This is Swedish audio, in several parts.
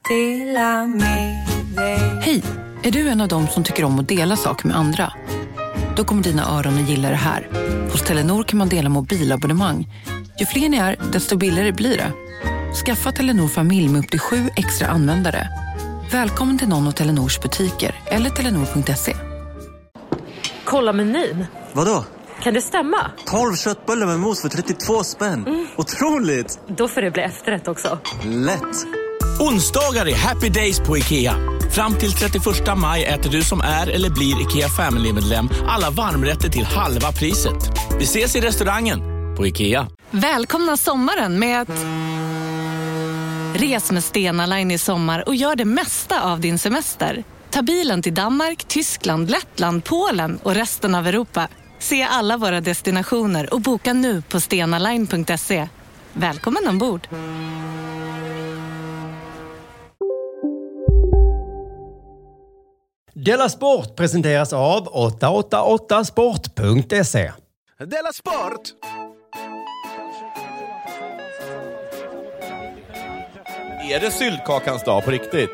Hej, är du en av dem som tycker om att dela saker med andra? Då kommer dina öron att gilla det här. Hos Telenor kan man dela mobilabonnemang. Ju fler ni är, desto billigare blir det. Skaffa Telenor familj med upp till 7 extra användare. Välkommen till någon av Telenors butiker eller telenor.se. Kolla menyn. Vadå? Kan det stämma? 12 köttbullar med mos för 32 spänn. Otroligt! Då får det bli efterrätt också. Lätt! Onsdagar är happy days på IKEA. Fram till 31 maj äter du som är eller blir IKEA Family-medlem alla varmrätter till halva priset. Vi ses i restaurangen på IKEA. Välkomna sommaren med att... Res med Stena Line i sommar och gör det mesta av din semester. Ta bilen till Danmark, Tyskland, Lettland, Polen och resten av Europa. Se alla våra destinationer och boka nu på stenaline.se. Välkommen ombord! Della Sport presenteras av 888sport.se. Della Sport! Är det syltkakans dag på riktigt?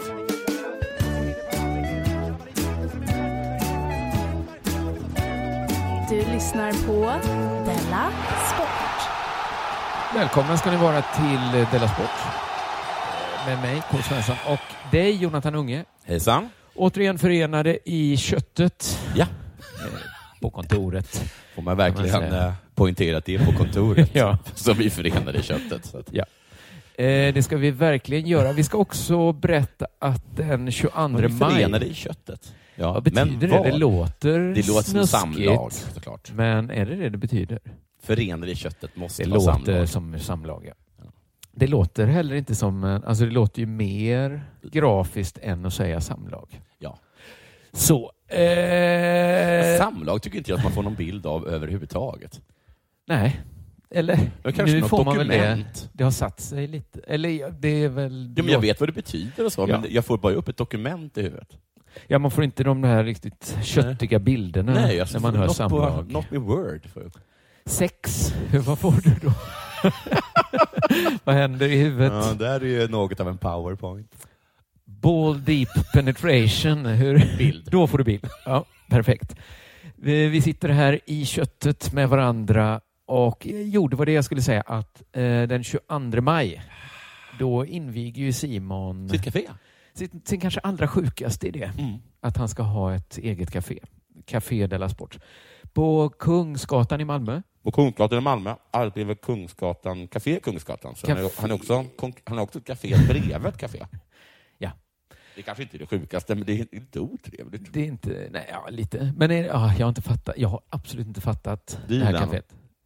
Du lyssnar på Della Sport. Välkomna ska ni vara till Della Sport. Med mig, K. Svensson, och dig, Jonathan Unge. Hejsan. Återigen förenade i köttet. Ja. På kontoret. Får man verkligen poängtera att det är på kontoret ja. som vi förenade i köttet. Så att... Ja. Det ska vi verkligen göra. Vi ska också berätta att den 22 maj... förenade i köttet. Ja. Vad betyder det? Det låter som samlag, såklart. Men är det det betyder? Förenade i köttet måste det vara samlag. Det låter som samlag, ja. Det låter heller inte som... Alltså det låter ju mer grafiskt än att säga samlag. Ja. Så... Samlag tycker inte jag att man får någon bild av överhuvudtaget. Nej. Eller nu får man väl det. Det har satt sig lite. Eller det är väl... Ja, men jag vet vad det betyder och så, men jag får bara upp ett dokument i huvudet. Ja, man får inte de här riktigt köttiga bilderna. Nej, när man hör samlag. Not me word. Sex. Vad får du då? Vad händer i huvudet? Ja, där är ju något av en PowerPoint. Ball deep penetration. Bild. Då får du bild. Ja, perfekt. Vi sitter här i köttet med varandra och det var det jag skulle säga att den 22 maj då inviger ju Simon sitt café. Sin kanske allra sjukaste idé. Att han ska ha ett eget café. Café Della Sport. På Kungsgatan i Malmö. På Kungsgatan i Malmö. Arbetar Kungsgatan, Café Kungsgatan. Så han är också ett café bredvid ett café. Ja. Det kanske inte är det sjukaste, men det är inte otrevligt. Det är inte, nej, ja, lite. Men jag har inte fattat. Jag har absolut inte fattat det här caféet.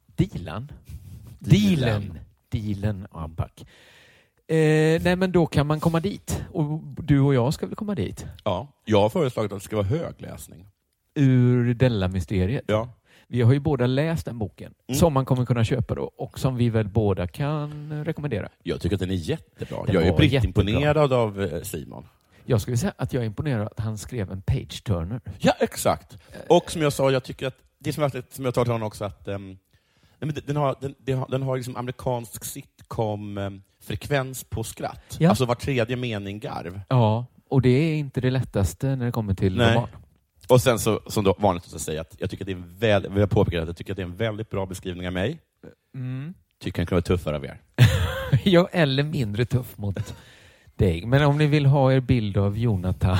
Dealen, Ampack. Nej, men då kan man komma dit. Och du och jag ska väl komma dit? Ja, jag har föreslagit att det ska vara högläsning. Ur Della-mysteriet? Ja. Vi har ju båda läst den boken som man kommer kunna köpa då och som vi väl båda kan rekommendera. Jag tycker att den är jättebra. Jag är britt imponerad av Simon. Jag skulle säga att jag är imponerad att han skrev en page-turner. Ja, exakt. Och som jag sa, jag tycker att det som jag tar till honom också att den har liksom amerikansk sitcom-frekvens på skratt. Ja. Alltså var tredje mening garv. Ja, och det är inte det lättaste när det kommer till roman. Och sen så, som då vanligt att säga att jag tycker att det är jag tycker att det är en väldigt bra beskrivning av mig. Tycker jag kan vara tuffare av er. Ja, eller mindre tuff mot dig. Men om ni vill ha er bild av Jonathan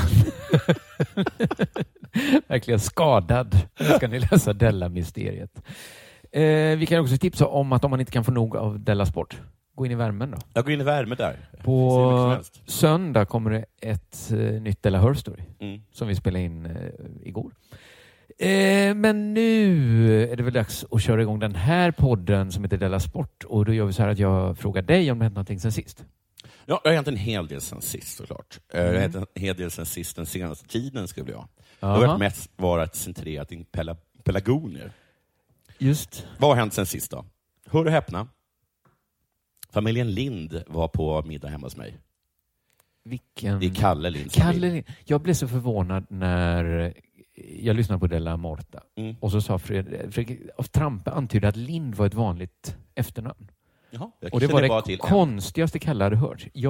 verkligen skadad, ska ni läsa Della-mysteriet. Vi kan också tipsa om att om man inte kan få nog av Della Sport, gå in i värmen då. Jag går in i värme där. På söndag kommer det ett nytt Della Her Story som vi spelade in igår. Men nu är det väl dags att köra igång den här podden som heter Della Sport. Och då gör vi så här att jag frågar dig om det hänt någonting sen sist. Ja, jag har hänt en hel del sen sist såklart. Jag har hänt en hel del sen sist den senaste tiden skulle jag. Det har varit mest varit centrerat i pelargonier. Just. Vad har hänt sen sist då? Hör och häpna. Familjen Lind var på middag hemma hos mig. Vilken? Det är Kalle Lind. Jag blev så förvånad när jag lyssnade på Della Morta. Och så sa Fredrik Trampe antydde att Lind var ett vanligt efternamn. Jaha, och det var det konstigaste Kalle hade hört. Jag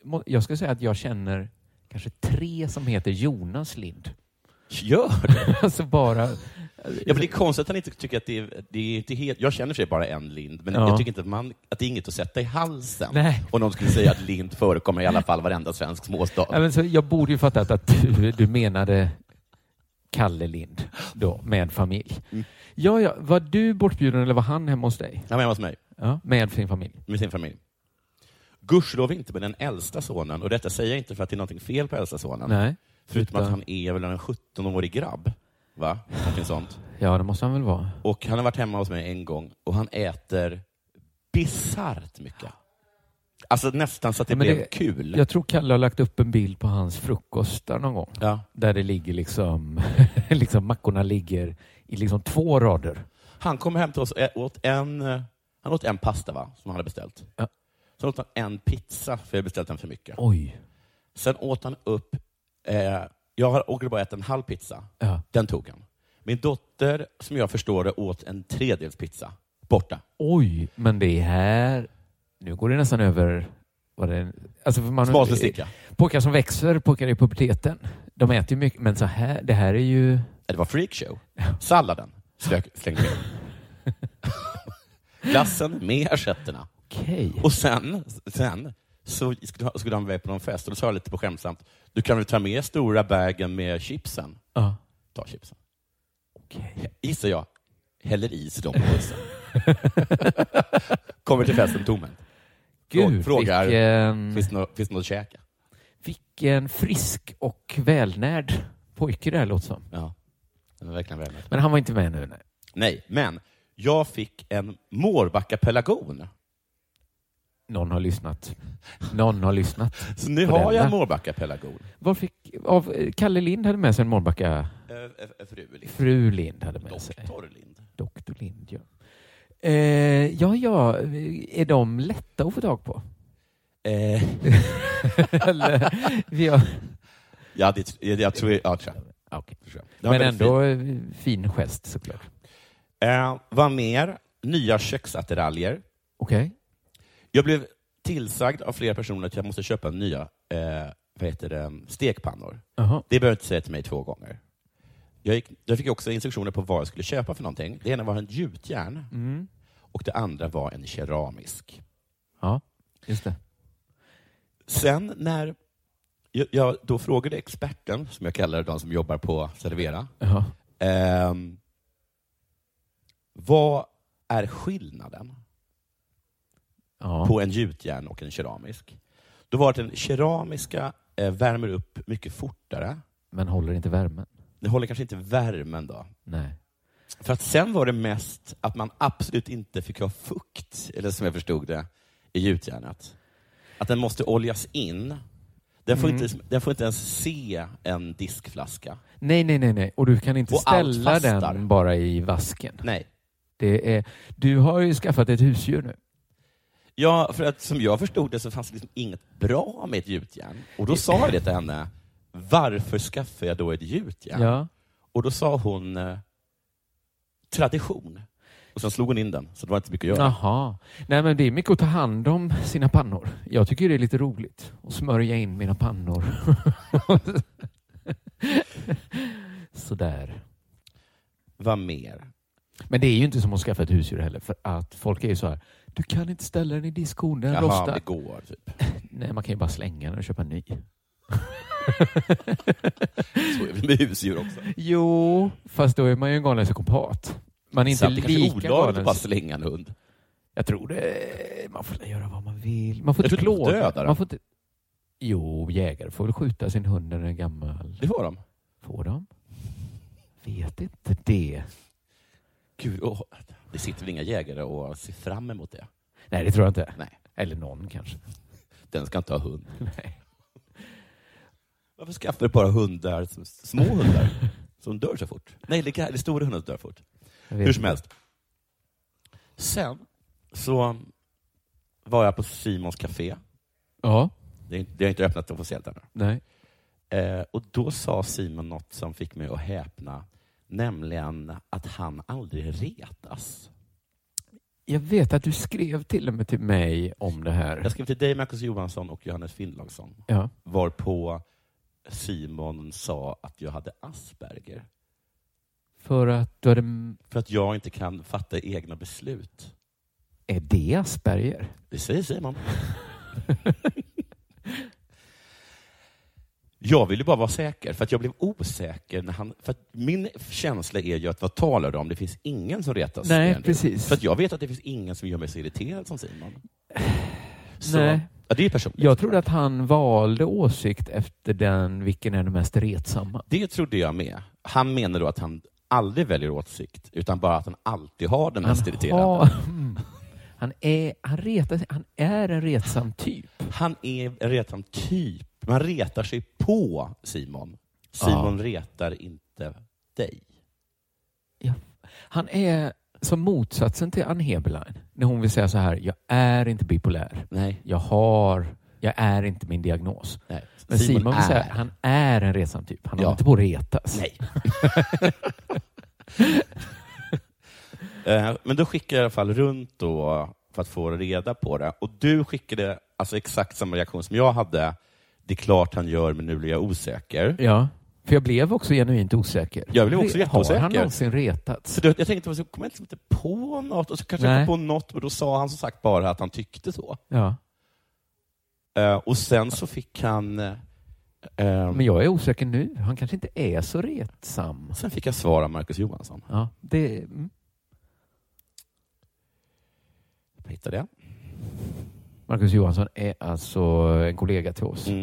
jag ska säga att jag känner kanske 3 som heter Jonas Lind. Gör det? Alltså bara... Ja, men det är konstigt att han inte tycker att det är inte helt... Jag känner för sig bara en Lind, men jag tycker inte att det är inget att sätta i halsen. Nej. Och någon skulle säga att Lind förekommer i alla fall varenda svensk småstad. Ja, men så jag borde ju fattat att du menade Kalle Lind då, med familj. Ja, var du bortbjuden eller var han hemma hos dig? Han var hemma hos mig. Ja, med sin familj. Med sin familj. Gudskelov inte med den äldsta sonen, och detta säger jag inte för att det är någonting fel på äldsta sonen. Nej. Förutom att han är väl en 17-årig grabb. Va? Någonting sånt. Ja, det måste han väl vara. Och han har varit hemma hos mig en gång och han äter bisarrt mycket. Alltså nästan så att det blev kul. Jag tror Kalle har lagt upp en bild på hans frukost där någon gång. Ja. Där det ligger liksom mackorna ligger i liksom 2 rader. Han kom hem till oss och åt en pasta, va, som han hade beställt. Ja. Sen åt han en pizza, för jag beställt den för mycket. Oj. Sen åt han upp... jag åkte bara äta en halv pizza. Ja. Den tog han. Min dotter, som jag förstår det, åt en 3/3 pizza. Borta. Oj, men det är här... Nu går det nästan över... Alltså för man, smalare sticka. Pojkar som växer, pojkar i puberteten. De äter ju mycket, men så här, det här är ju... Det var freakshow. Salladen slängde med. Glassen med ersätterna. Okay. Och sen så skulle han iväg på någon fest, och då sa jag lite på skämtsamt: du kan väl ta med stora bagen med chipsen? Ja. Ta chipsen. Okay. Gissar jag, häller i sig dem på bussen. Kommer till festen tomhänt. Gud, frågar, finns det något att käka? Vilken frisk och välnärd pojke det här låter som. Ja, den är verkligen välnärd. Men han var inte med nu? Nej, men jag fick en Mårbacka-pelargon. Någon har lyssnat. Så nu har jag en Mårbacka-pelargon. Kalle Lind hade med sig en Mårbacka... Fru Lind hade med sig. Doktor Lind, ja. Är de lätta att få tag på? Eller, jag tror jag. Okay. Men ändå fin gest såklart. Vad mer? Nya köksattiraljer. Okej. Jag blev tillsagd av flera personer att jag måste köpa nya stekpannor. Uh-huh. Det behöver inte säga till mig 2 gånger. Jag fick också instruktioner på vad jag skulle köpa för någonting. Det ena var en gjutjärn och det andra var en keramisk. Ja, just det. Sen när jag då frågade experten, som jag kallar de som jobbar på Servera, vad är skillnaden på en gjutjärn och en keramisk? Då var det den keramiska värmer upp mycket fortare. Men håller inte värmen? Det håller kanske inte värmen då. Nej. För att sen var det mest att man absolut inte fick ha fukt, eller som jag förstod det, i gjutjärnet. Att den måste oljas in. Den får inte ens se en diskflaska. Nej. Och du kan inte ställa den bara i vasken. Nej. Du har ju skaffat ett husdjur nu. Ja, för att som jag förstod det så fanns det liksom inget bra med ett gjutjärn. Och då sa jag det till henne: varför skaffar jag då ett gjutjärn? Ja. Och då sa hon tradition. Och sen slog hon in den, så det var inte så mycket att göra. Jaha. Nej, men det är mycket att ta hand om sina pannor. Jag tycker det är lite roligt att smörja in mina pannor. Sådär. Vad mer? Men det är ju inte som att skaffa ett husdjur heller, för att folk är ju så här: du kan inte ställa den i diskon, den rostar. Det går typ. Nej, man kan ju bara slänga den och köpa en ny. Så är det med husdjur också. Jo, fast då är man ju en galen psykopat. Man är inte lika olagligt att bara slänga en hund. Jag tror det. Man får göra vad man vill. Man får inte plåga. Man får inte... Jo, jägare får väl skjuta sin hund när den är gammal. Det får de. Får de? Vet inte det. Gud, det sitter väl inga jägare och ser fram emot det? Nej, det tror jag inte. Nej. Eller någon kanske. Den ska inte ha hund. Nej. Varför skaffar du bara hundar, små hundar, som dör så fort? Nej, det är stora hundar som dör fort. Hur som helst. Sen så var jag på Simons café. Ja. Det har inte öppnat officiellt ännu. Nej. Och då sa Simon något som fick mig att häpna. Nämligen att han aldrig retas. Jag vet att du skrev till och med till mig om det här. Jag skrev till dig, Marcus Johansson och Johannes Finnlaugsson. Ja. Varpå Simon sa att jag hade Asperger. För att jag inte kan fatta egna beslut. Är det Asperger? Det säger Simon. Jag ville bara vara säker, för att jag blev osäker när han... För att min känsla är ju att vad talar du om? Det finns ingen som retas. Nej, precis. För att jag vet att det finns ingen som gör mig så irriterad som Simon. Så, nej. Ja, det är personligt. Jag trodde att han valde åsikt efter vilken är den mest retsamma. Det trodde jag med. Han menar då att han aldrig väljer åsikt, utan bara att han alltid har den mest irriterande. Han är en retsam typ. Han är en retsam typ. Man retar sig på Simon. Simon retar inte dig. Ja. Han är som motsatsen till Ann Heberlein. När hon vill säga så här: jag är inte bipolär. Nej. Jag är inte min diagnos. Nej. Men Simon vill säga, han är en retsam typ. Han har inte på att retas. Nej. Men då skickade jag i alla fall runt då för att få reda på det. Och du skickade alltså exakt samma reaktion som jag hade. Det är klart han gör, men nu blir jag osäker. Ja, för jag blev också genuint osäker. Jag blev också jätteosäker. Har han någonsin retats? Så jag tänkte, så kommer jag inte på något. Och så kanske jag kom på något, men då sa han som sagt bara att han tyckte så. Ja. Och sen så fick han... men jag är osäker nu. Han kanske inte är så retsam. Sen fick jag svar av Marcus Johansson. Ja, det... Jag hittade det. Marcus Johansson är alltså en kollega till oss.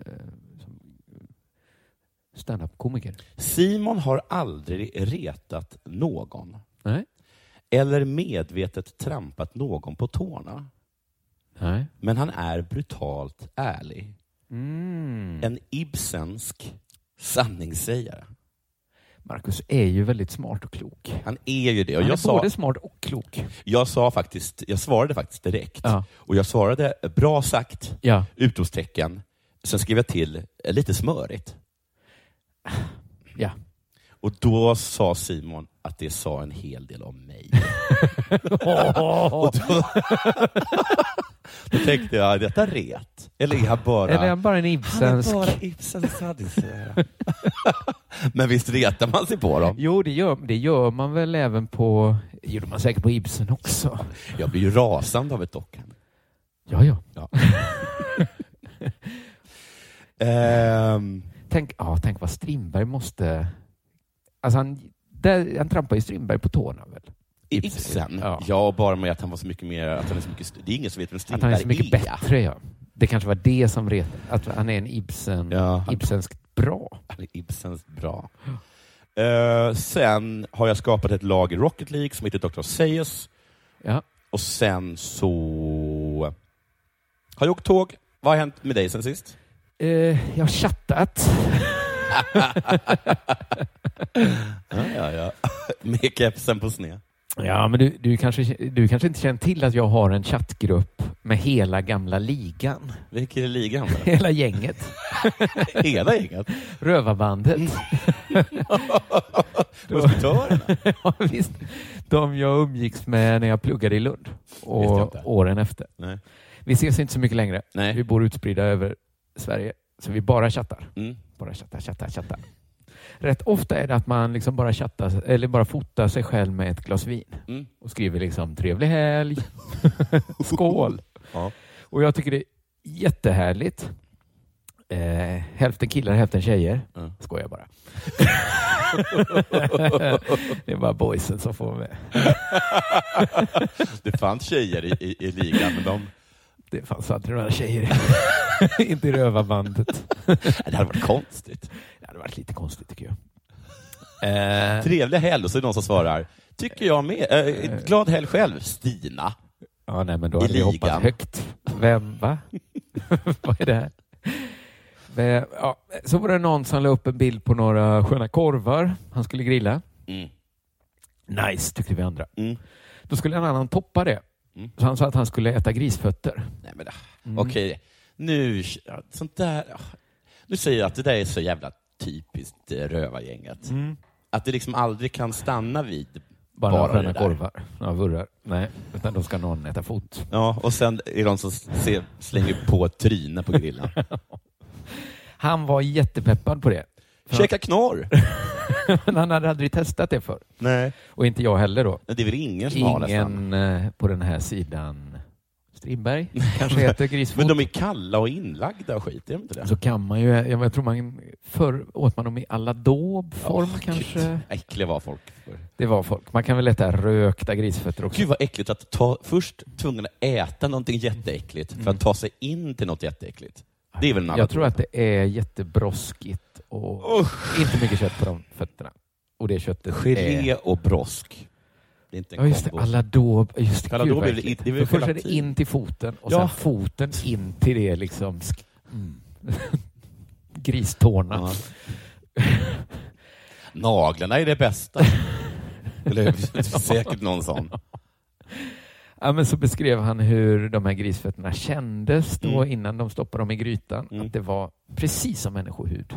Stand-up-komiker. Simon har aldrig retat någon. Nej. Eller medvetet trampat någon på tårna. Nej. Men han är brutalt ärlig. En ibsensk sanningssägare. Marcus är ju väldigt smart och klok. Han är ju det. Och han är både smart och klok. Jag svarade faktiskt direkt. Ja. Och jag svarade bra sagt, utropstecken. Sen skrev jag till lite smörigt. Ja. Och då sa Simon att det sa en hel del om mig. Och då tänkte jag, detta ret? Eller är jag bara en ibsensk? Han är bara ibsensk sadisare. Men visst retar man sig på dem? Jo, det gör man väl även på... Gjorde man säkert på Ibsen också. Jag blir ju rasande av ett dockan. Ja. Tänk vad Strindberg måste... Alltså han trampar ju Strindberg på tårna väl? Ibsen? Ja, bara med att han var så mycket mer... Att han är så mycket, det är ingen som vet vem Strindberg är. Att han är så mycket bättre, ja. Det kanske var det som att han är en ibsenskt bra. Han är ibsenskt bra. Sen har jag skapat ett lag i Rocket League som heter Dr. Seuss. Ja. Och sen så... Har jag åkt tåg? Vad har hänt med dig sen sist? Jag har chattat. Ja. Med kepsen på sned. Ja, men du kanske inte känner till att jag har en chattgrupp med hela gamla ligan. Vilken är ligan? Hela gänget. Hela gänget? Rövarbandet. Musketörerna? Ja, visst. De jag umgicks med när jag pluggade i Lund. Och åren efter. Nej. Vi ses inte så mycket längre. Nej. Vi bor utspridda över Sverige. Så vi bara chattar. Bara chattar. Rätt ofta är det att man liksom bara chattar eller bara fotar sig själv med ett glas vin. Och skriver liksom trevlig helg. Skål. Ja. Och jag tycker det är jättehärligt. Hälften killar, hälften tjejer. Skojar bara. Det är bara boysen som får med. Det fanns tjejer i ligan, men det fanns aldrig några tjejer. Inte i rövarbandet. Det hade varit konstigt. Det hade varit lite konstigt tycker jag. Trevlig helg, och så är det någon som svarar. Tycker jag med. Glad helg själv, Stina. Ja, nej, men då hade vi hoppat högt. Vem, va? Vad är det här? Ja, så var det någon som la upp en bild på några sköna korvar. Han skulle grilla. Nice, tyckte vi andra. Då skulle en annan toppa det. Så han sa att han skulle äta grisfötter. Nej, men okej. Nu säger jag att det där är så jävla typiskt rövargänget. Att det liksom aldrig kan stanna vid Bara sköna korvar. Ja, vurrar. Nej, utan då ska någon äta fot. Ja, och sen är de som slänger på ett tryne på grillen. Han var jättepeppad på det. Käka knorr! Men han hade aldrig testat det för. Nej. Och inte jag heller då. Det är väl ingen som har nästan. Ingen på den här sidan. Strindberg kanske heter grisfot. Men de är kalla och inlagda och skit, är de inte det? Så kan man ju, jag tror man, förr åt man dem i alla dobform kanske. Gud. Äckliga var folk. Det var folk. Man kan väl äta rökta grisfötter också. Gud vad äckligt att först tvungen att äta någonting jätteäckligt för att ta sig in till något jätteäckligt. Det är väl jag tror att det är jättebroskigt och inte mycket kött på de fötterna. Och det köttet gelé och brosk. Det är inte en just det, alla dob. Just det, alla dob är först är det in till foten och sen foten in till det liksom gristårna. Ja. Naglarna är det bästa. Eller säkert någon sån. Ja, men så beskrev han hur de här grisfötterna kändes då innan de stoppade dem i grytan. Att det var precis som människohud.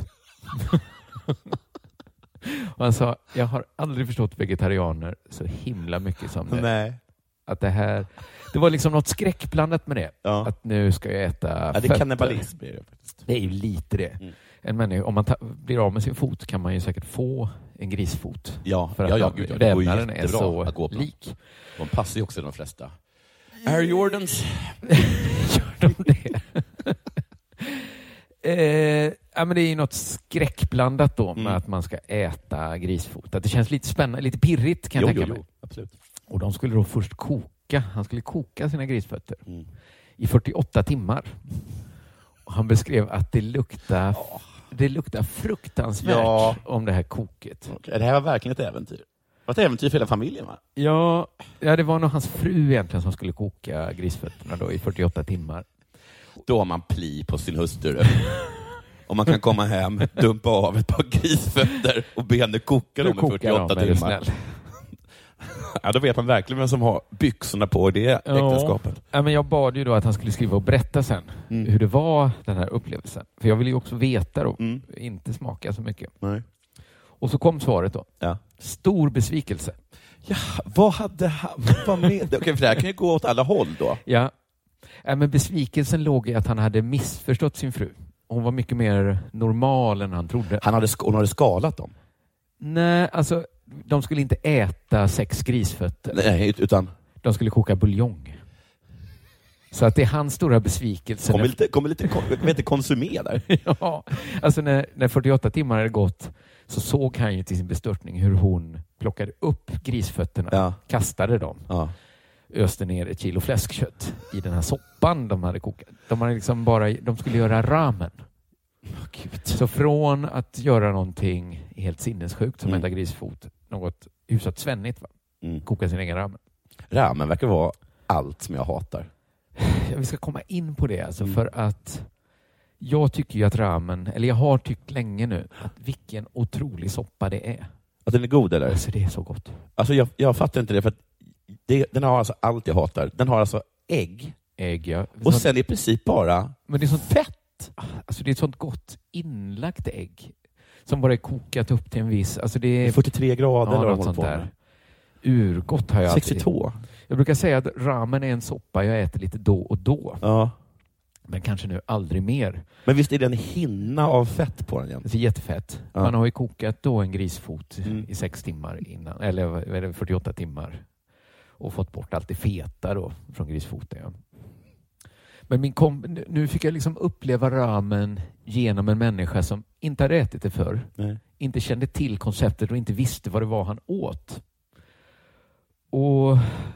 Och han sa, jag har aldrig förstått vegetarianer så himla mycket som det. Nej. Att det var liksom något skräckblandat med det. Ja. Att nu ska jag äta fötter. Det är kannibalism. Det är ju lite det. En människa, om man blir av med sin fot kan man ju säkert få en grisfot. Ja, för att vävnaden är så att gå på. lik. De passar ju också de flesta. Air Jordans. Gör de det? Ja, men det är ju något skräckblandat då med att man ska äta grisfot. Att det känns lite spännande, lite pirrigt kan jag tänka mig. Absolut. Och de skulle då först koka. Han skulle koka sina grisfötter i 48 timmar. Och han beskrev att det luktar fruktansvärt om det här koket. Okay. Det här var verkligen ett äventyr. Det var ett äventyr för hela familjen, va? Ja, det var nog hans fru egentligen som skulle koka grisfötterna då i 48 timmar. Då har man pli på sin hustru. Om man kan komma hem, dumpa av ett par grisfötter och be henne koka dem i 48 timmar. Ja, då vet man verkligen vem som har byxorna på det äktenskapet. Ja, men jag bad ju då att han skulle skriva och berätta sen hur det var, den här upplevelsen. För jag ville ju också veta då, inte smaka så mycket. Nej. Och så kom svaret då. Ja. Stor besvikelse. Ja, vad hade han med? Okej, för det här kan ju gå åt alla håll då. Ja. Men besvikelsen låg i att han hade missförstått sin fru. Hon var mycket mer normal än han trodde. Hon hade skalat dem? Nej, alltså de skulle inte äta 6 grisfötter. Nej, utan de skulle koka buljong. Så att det är hans stora besvikelse. Kommer lite konsumé där. Ja, alltså när 48 timmar hade gått så såg han ju till sin bestörtning hur hon plockade upp grisfötterna, kastade dem. Ja. Öste ner ett kilo fläskkött i den här soppan de hade kokat. De skulle göra ramen. Gud. Så från att göra någonting helt sinnessjukt som äta grisfot, något hyfsat svennigt, koka sin egen ramen. Ramen verkar vara allt som jag hatar. Vi ska komma in på det alltså, för att jag tycker ju att ramen, eller jag har tyckt länge nu, att vilken otrolig soppa det är. Att den är god eller? Alltså det är så gott. Alltså jag fattar inte det, för att den har alltså allt jag hatar. Den har alltså ägg. Ja. Och sen i princip bara men det är sånt fett. Alltså det är ett sånt gott inlagt ägg som bara är kokat upp till en viss... Alltså det är 43 grader eller något sånt där. Urgott har jag 62. Alltid. Jag brukar säga att ramen är en soppa jag äter lite då och då. Ja. Men kanske nu aldrig mer. Men visst är det en hinna av fett på den igen? Det är jättefett. Ja. Man har ju kokat då en grisfot i 6 timmar innan. Eller 48 timmar. Och fått bort allt det feta då från grisfoten. Ja. Men nu fick jag liksom uppleva ramen genom en människa som inte hade ätit det förr. Nej. Inte kände till konceptet och inte visste vad det var han åt. Och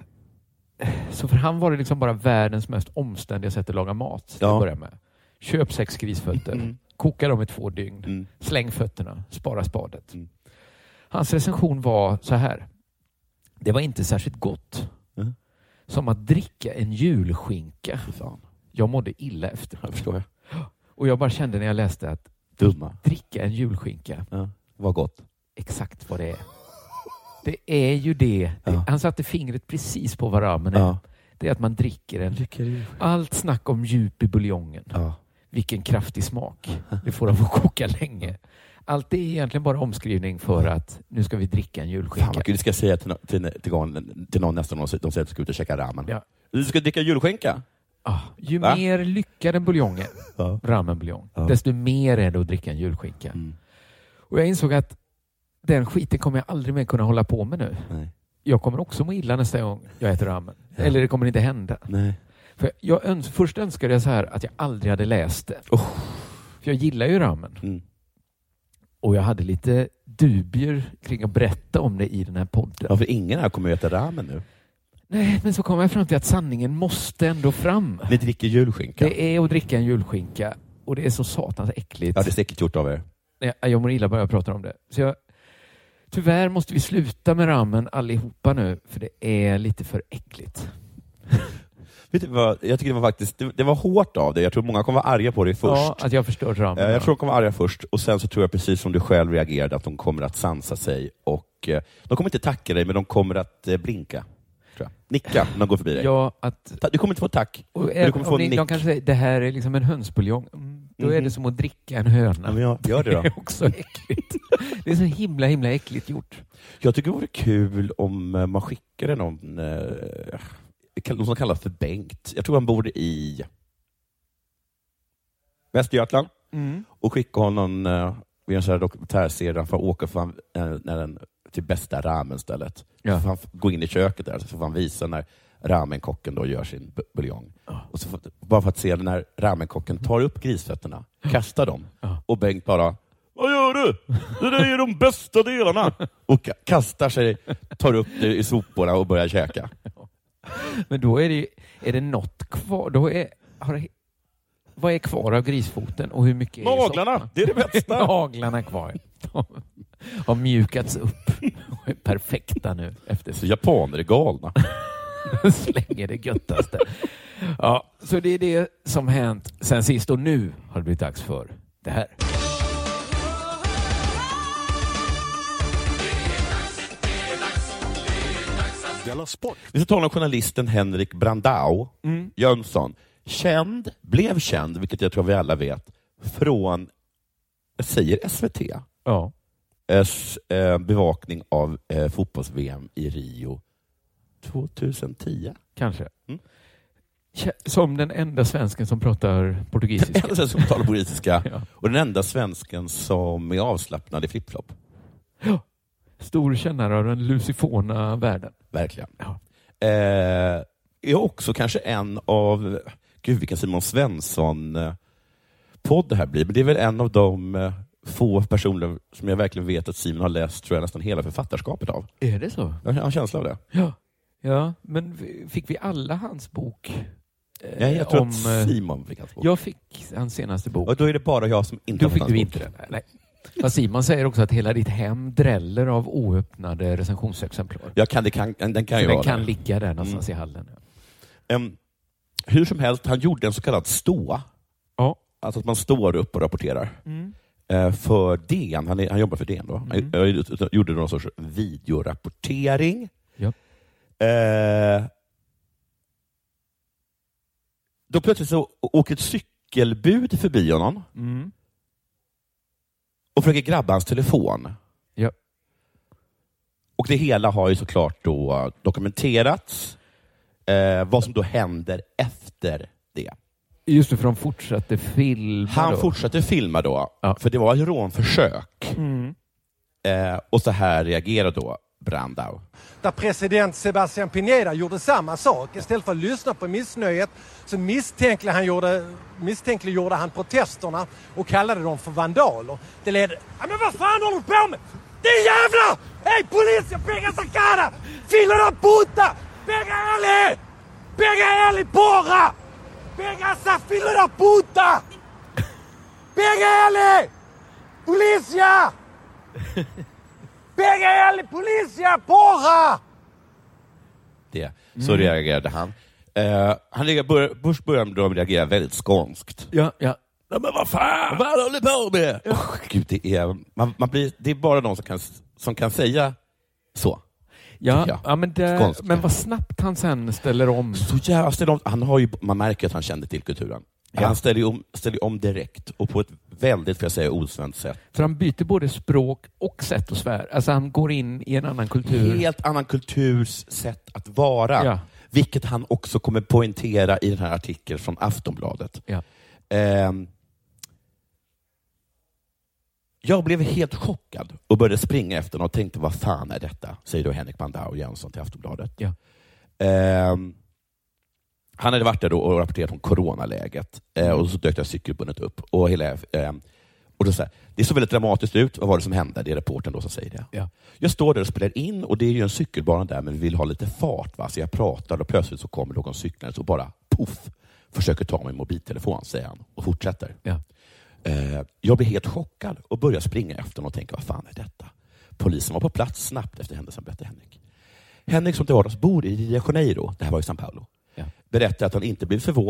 så för han var det liksom bara världens mest omständiga sätt att laga mat. Ja. Börja med. Köp 6 grisfötter. Koka dem i 2 dygn. Släng fötterna. Spara spadet. Hans recension var så här. Det var inte särskilt gott. Som att dricka en julskinka. Jag mådde illa efter. Jag förstår. Och jag bara kände när jag läste att dricka en julskinka. Ja. Vad gott. Exakt vad det är. Det är ju det. Han satte fingret precis på vad ramen är. Ja. Det är att man dricker en. Allt snack om djup i buljongen. Ja. Vilken kraftig smak. Det får de att koka länge. Allt är egentligen bara omskrivning för att nu ska vi dricka en julskinka. Fan vad kul, du ska säga till någon nästan de säger att du ska ut och käka ramen. Ja. Du ska dricka julskinka? Ju mer lyckad en buljong är, ramenbuljong, desto mer är det att dricka en julskinka. Och jag insåg att den skiten kommer jag aldrig mer kunna hålla på med nu. Nej. Jag kommer också må illa nästa gång jag äter ramen. Ja. Eller det kommer inte hända. Nej. För först önskade jag så här att jag aldrig hade läst det. För jag gillar ju ramen. Och jag hade lite dubier kring att berätta om det i den här podden. Ja, för ingen här kommer att äta ramen nu. Nej, men så kom jag fram till att sanningen måste ändå fram. Ni dricker julskinka. Det är att dricka en julskinka. Och det är så satans äckligt. Ja, det är säkert gjort av er. Jag mår illa bara jag pratar om det. Så tyvärr måste vi sluta med ramen allihopa nu. För det är lite för äckligt. Vet du vad? Jag tycker det var faktiskt det var hårt av dig. Jag tror många kommer vara arga på dig först. Ja, att jag förstört ramen. Jag tror de kommer vara arga först. Och sen så tror jag precis som du själv reagerade att de kommer att sansa sig. Och de kommer inte tacka dig, men de kommer att blinka. Tror jag. Nicka när de går förbi dig. Ja, du kommer inte få tack. Och du kommer få de kanske säger det här är liksom en hönsbuljong. Då är det som att dricka en höna. Ja, men gör det då. Det är också äckligt. Det är så himla äckligt gjort. Jag tycker det vore kul om man skickade någon som kallas för Bengt. Jag tror han bor i Västergötland. Och skicka honom vid en sån här dokumentärserie där han får åka till bästa ramenstället. Ja. Så han går in i köket där så får han visa när ramenkocken då gör sin buljong. Och så bara för att se när ramenkocken tar upp grisfötterna, kastar dem. Och Bengt bara, vad gör du? Det där är de bästa delarna. Och kastar sig, tar upp det i soporna och börjar käka. Men då är det något kvar. Vad är kvar av grisfoten och hur mycket naglarna, det är det bästa. Naglarna kvar. De har mjukats upp och är perfekta nu. Så japaner är galna. Slänger det göttaste. Ja, så det är det som hänt sen sist och nu har det blivit dags för det här. Vi ska tala om journalisten Henrik Brandao Jönsson. Blev känd, vilket jag tror vi alla vet, från, jag säger SVT, bevakning av fotbolls-VM i Rio 2010. Kanske. Som den enda svensken som pratar portugisiska. Den enda svensken som talar portugisiska. Och den enda svensken som är avslappnad i flip-flop. Ja. Stor kännare av den lucifona världen. Verkligen. Ja. Är också kanske en av, gud vilken Simon Svensson-podd det här blir, men det är väl en av de få personer som jag verkligen vet att Simon har läst, tror jag, nästan hela författarskapet av. Är det så? Jag har en känsla av det. Ja, men fick vi alla hans bok? Jag tror att Simon fick hans bok. Jag fick hans senaste bok. Och då är det bara jag som inte då har fick hans du bok. Inte den. Nej. Fast Simon säger också att hela ditt hem dräller av oöppnade recensionsexemplar. Den kan ligga där någonstans i hallen. Hur som helst, han gjorde en så kallad stå. Ja. Alltså att man står upp och rapporterar. För DN, han jobbar för DN då. Han gjorde någon sorts videorapportering. Ja. Då plötsligt så åker ett cykelbud förbi honom. Och försöker grabba hans telefon. Ja. Och det hela har ju såklart då dokumenterats. Vad som då händer efter det. Just det, för de fortsatte filma. Han fortsatte filma då. Ja. För det var ett rånförsök. Och så här reagerade då Brandao. Där president Sebastián Piñera gjorde samma sak. Istället för att lyssna på missnöjet så misstänkliggjorde han protesterna och kallade dem för vandaler. Det ledde... Men vad fan håller du på med? Det är jävla! Hej polisen! Pega sacada! Fila da puta! Pega ele! Pega ele, porra! Pega essa fila da puta! Pega ele! Polícia! Pega ele, polícia, porra! Så reagerade han. Bush började då reagera väldigt skånskt. Ja. Men vad fan? Vad håller du på med? Gud, det är bara de som kan säga så. Ja, men vad snabbt han sen ställer om. Man märker att han kände till kulturen. Ja. Han ställer om direkt och på ett väldigt, för jag säga, osvenskt sätt. För han byter både språk och sätt att svära. Alltså han går in i en annan kultur. Helt annan kulturs sätt att vara. Ja. Vilket han också kommer poängtera i den här artikeln från Aftonbladet. Ja. Jag blev helt chockad och började springa efter honom och tänkte, vad fan är detta? Säger då Henrik Bandau Jönsson till Aftonbladet. Ja. Han hade varit där då och rapporterat om coronaläget. Och så dök det cykelbundet upp. Och då så här, det såg väldigt dramatiskt ut. Vad var det som hände? Det är reportern då som säger det. Ja. Jag står där och spelar in och det är ju en cykelbana där, men vi vill ha lite fart. Va? Så jag pratar och plötsligt så kommer någon cyklande och bara poff, försöker ta min mobiltelefon, säger han. Och fortsätter. Ja. Jag blir helt chockad och börjar springa efter honom och tänker, vad fan är detta? Polisen var på plats snabbt efter händelsen, berättar Henrik. Henrik som till vardags bor i Rio de Janeiro, det här var i São Paulo, berättade att han inte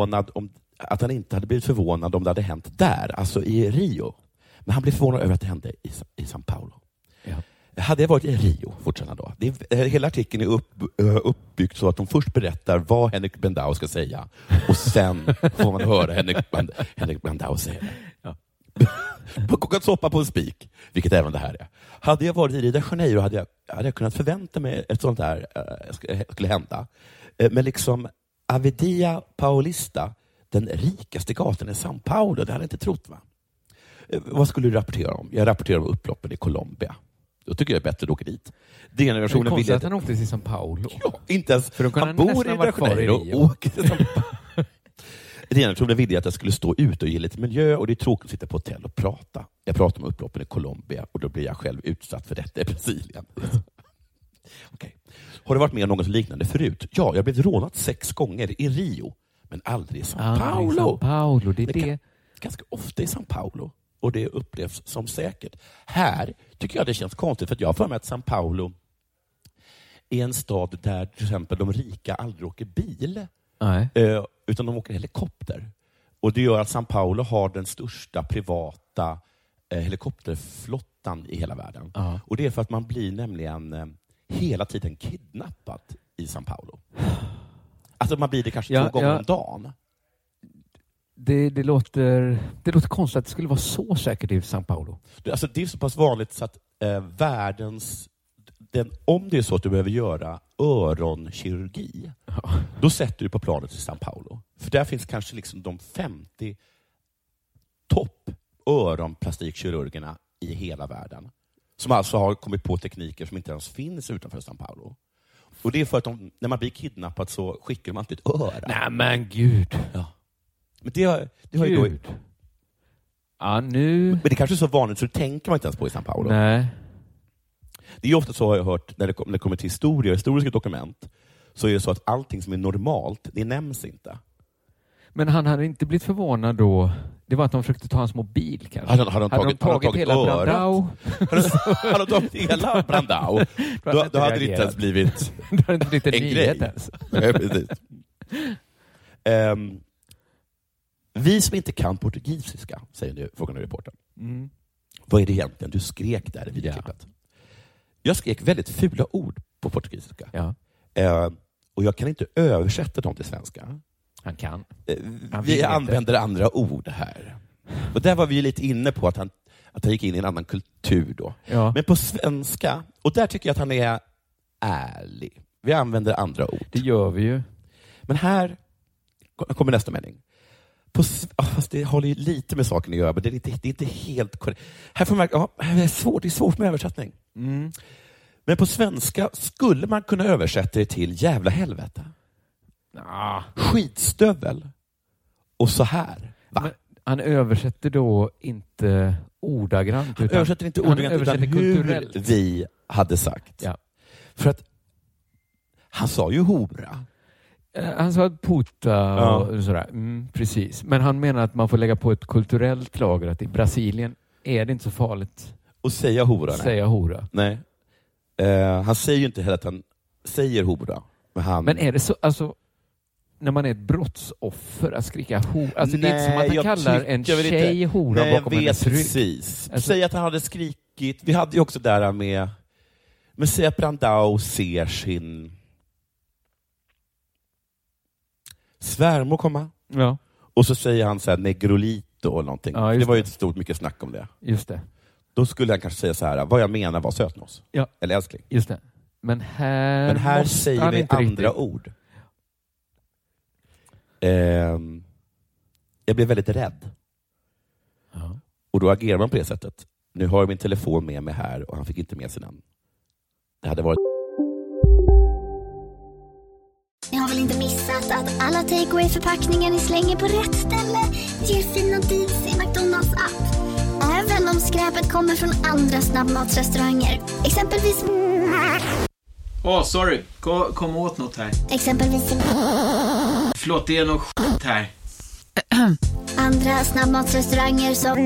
hade blivit förvånad om det hade hänt där, alltså i Rio. Men han blev förvånad över att det hände i São Paulo. Ja. Hade jag varit i Rio, fortsätter då. Hela artikeln är uppbyggt så att de först berättar vad Henrik Bandau ska säga och sen får man höra Henrik Bandau säga det. Ja. Man kokar soppa på en spik, vilket även det här är. Hade jag varit i Rio de Janeiro hade jag kunnat förvänta mig ett sånt här skulle hända. Men liksom Avenida Paulista, den rikaste gatan i São Paulo, det hade jag inte trott, va? Vad skulle du rapportera om? Jag rapporterar om upploppen i Colombia. Då tycker jag det är bättre att åka dit. Det är konstigt att han åkte till São Paulo. Ja, inte ens. För han bor i Rio de Janeiro och åker till São Paulo. Generationen ville att jag skulle stå ut och ge lite miljö, och det är tråkigt att sitta på hotell och prata. Jag pratar om upploppen i Colombia och då blir jag själv utsatt för detta i Brasilien. Okay. Har du varit med om något liknande förut? Ja, jag blev rånat 6 gånger i Rio, men aldrig i São Paulo. I São Paulo, det är ganska ofta i São Paulo. Och det upplevs som säkert. Här tycker jag det känns konstigt, för att jag har för mig att São Paulo är en stad där till exempel de rika aldrig åker bil. Nej. Utan de åker helikopter. Och det gör att São Paulo har den största privata helikopterflottan i hela världen. Och det är för att man blir nämligen hela tiden kidnappad i São Paulo. Alltså man blir det kanske 2 gånger om dagen. Det låter konstigt att det skulle vara så säkert i São Paulo. Alltså det är så pass vanligt så att om det är så att du behöver göra öronkirurgi, då sätter du på planet till São Paulo. För där finns kanske liksom de 50 topp öronplastikkirurgerna i hela världen. Som alltså har kommit på tekniker som inte ens finns utanför São Paulo. Och det är för att när man blir kidnappad så skickar man inte ett öra. Nej men gud. Ja. Men det har ju då... Ja, nu... Men det kanske är så vanligt så det tänker man inte ens på i São Paulo. Nej. Det är ofta så, har jag hört, när det kommer till historiska dokument, så är det så att allting som är normalt, det nämns inte. Men han hade inte blivit förvånad då? Det var att de försökte ta hans mobil kanske? Hade de tagit hela Brandau? Hade de tagit hela Brandau? Då hade det inte ens blivit en nyhet ens. Nej, precis. Vi som inte kan portugisiska, frågar nu reportern. Vad är det egentligen du skrek där i videoklippet? Jag skrek väldigt fula ord på portugisiska. Ja. Och jag kan inte översätta dem till svenska. Han kan. Vi använder andra ord här. Och där var vi lite inne på att han gick in i en annan kultur då. Ja. Men på svenska, och där tycker jag att han är ärlig. Vi använder andra ord. Det gör vi ju. Men här kommer nästa mening. Fast det håller ju lite med saken att göra, men det är inte helt korrekt. Här får man märka, det är svårt med översättning. Men på svenska skulle man kunna översätta det till jävla helvete. Skitstövel. Och så här. Men han översätter då inte ordagrant. Han översätter inte ordagrant, utan hur vi hade sagt. Ja. För att han sa ju hora. Han sa puta och sådär. Precis. Men han menar att man får lägga på ett kulturellt lager, att i Brasilien är det inte så farligt att säga hora. Säga hora. Nej. Han säger ju inte heller att han säger hora. Men är det så, alltså, när man är ett brottsoffer att skrika hora? Alltså, det är inte som att han kallar en tjej hora bakom hennes rygg. Precis. Alltså, säg att han hade skrikit. Vi hade ju också där med, men säg att Brandau ser sin svärmor komma. Ja. Och så säger han så här negrolito och någonting. Ja, det var ju ett stort mycket snack om det. Just det. Då skulle han kanske säga så här, vad jag menar var sötnos. Ja. Eller älskling. Just det. Men här säger vi andra riktigt ord. Jag blev väldigt rädd. Ja. Och då agerar man på det sättet. Nu har jag min telefon med mig här och han fick inte med sig den. Det hade varit... Ni har väl inte missat att alla takeaway-förpackningar ni slänger på rätt ställe ger fina deals i McDonalds app. Även om skräpet kommer från andra snabbmatsrestauranger. Exempelvis... sorry. Kom åt något här. Exempelvis... Förlåt, det är något skit här. Andra snabbmatsrestauranger som...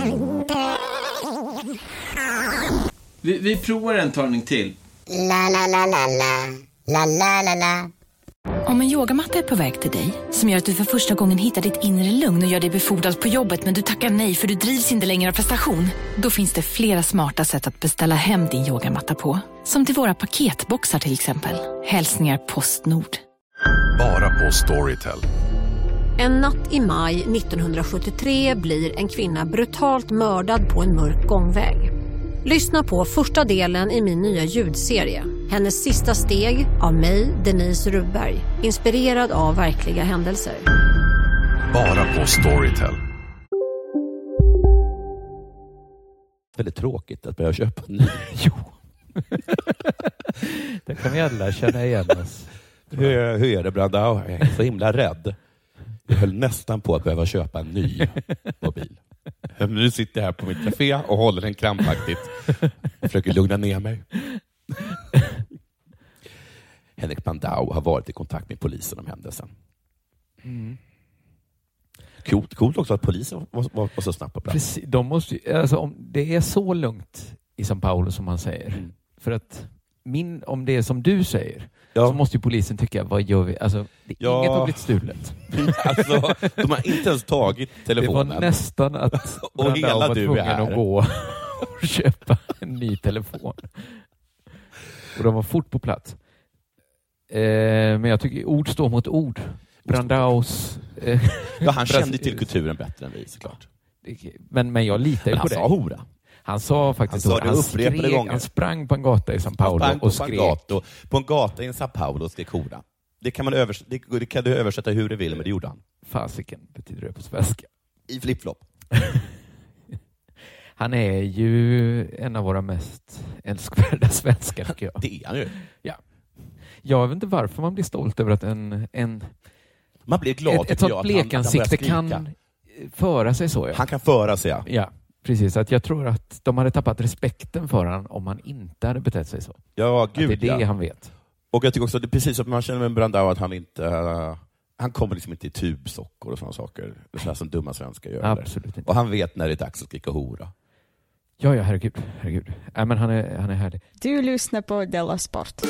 Vi provar en talning till. La la la la la. La la la la. Om en yogamatta är på väg till dig, som gör att du för första gången hittar ditt inre lugn och gör dig befordrad på jobbet, men du tackar nej för du drivs inte längre av prestation. Då finns det flera smarta sätt att beställa hem din yogamatta på. Som till våra paketboxar till exempel. Hälsningar Postnord. Bara på Storytel. En natt i maj 1973 blir en kvinna brutalt mördad på en mörk gångväg. Lyssna på första delen i min nya ljudserie. Hennes sista steg av mig, Denise Rubberg. Inspirerad av verkliga händelser. Bara på Storytel. Väldigt tråkigt att börja köpa ny. Jo. Det kan vi alla känna igen oss. Hur är det, Brandao? Jag är så himla rädd. Jag höll nästan på att behöva köpa en ny mobil. Nu sitter jag här på mitt café och håller den krampaktigt och försöker lugna ner mig. Henrik Brandao har varit i kontakt med polisen om händelsen. Mm. Coolt också att polisen var så snabbt på plats. Precis, de måste, alltså, om det är så lugnt i São Paulo som man säger. För att om det är som du säger, så måste ju polisen tycka, vad gör vi? Alltså, inget har blivit stulet. Alltså, de har inte ens tagit telefonen. Det var nästan att och hela var tvungen att gå och köpa en ny telefon. Och de var fort på plats. Men jag tycker ord står mot ord. Brandaus... han kände till kulturen bättre än vi, såklart. Men jag litar ju på dig. Han sa hora. Han sa faktiskt han sprang på en gata i São Paulo och skrek. På en gata i São Paulo och skrek hora. Det kan du översätta hur du vill, men det gjorde han. Fasiken betyder det på svenska. I flip-flop. Han är ju en av våra mest älskvärda svenskar, tycker jag. Det är han ju. Ja. Jag vet inte varför man blir stolt över att man blir glad ett sånt blekansikte kan föra sig så. Ja. Han kan föra sig, ja. Ja, precis. Att jag tror att de hade tappat respekten för honom om han inte hade betett sig så. Ja, gud, att det är det han vet. Och jag tycker också att det är precis som man känner med Brandao, att han inte... Han kommer liksom inte i tubsockor och sådana saker. Det är sådana som dumma svenskar gör. Absolut inte. Och han vet när det är dags att skrika hora. Ja, herregud. Ja, men han är härlig. Du lyssnar på Della Sport.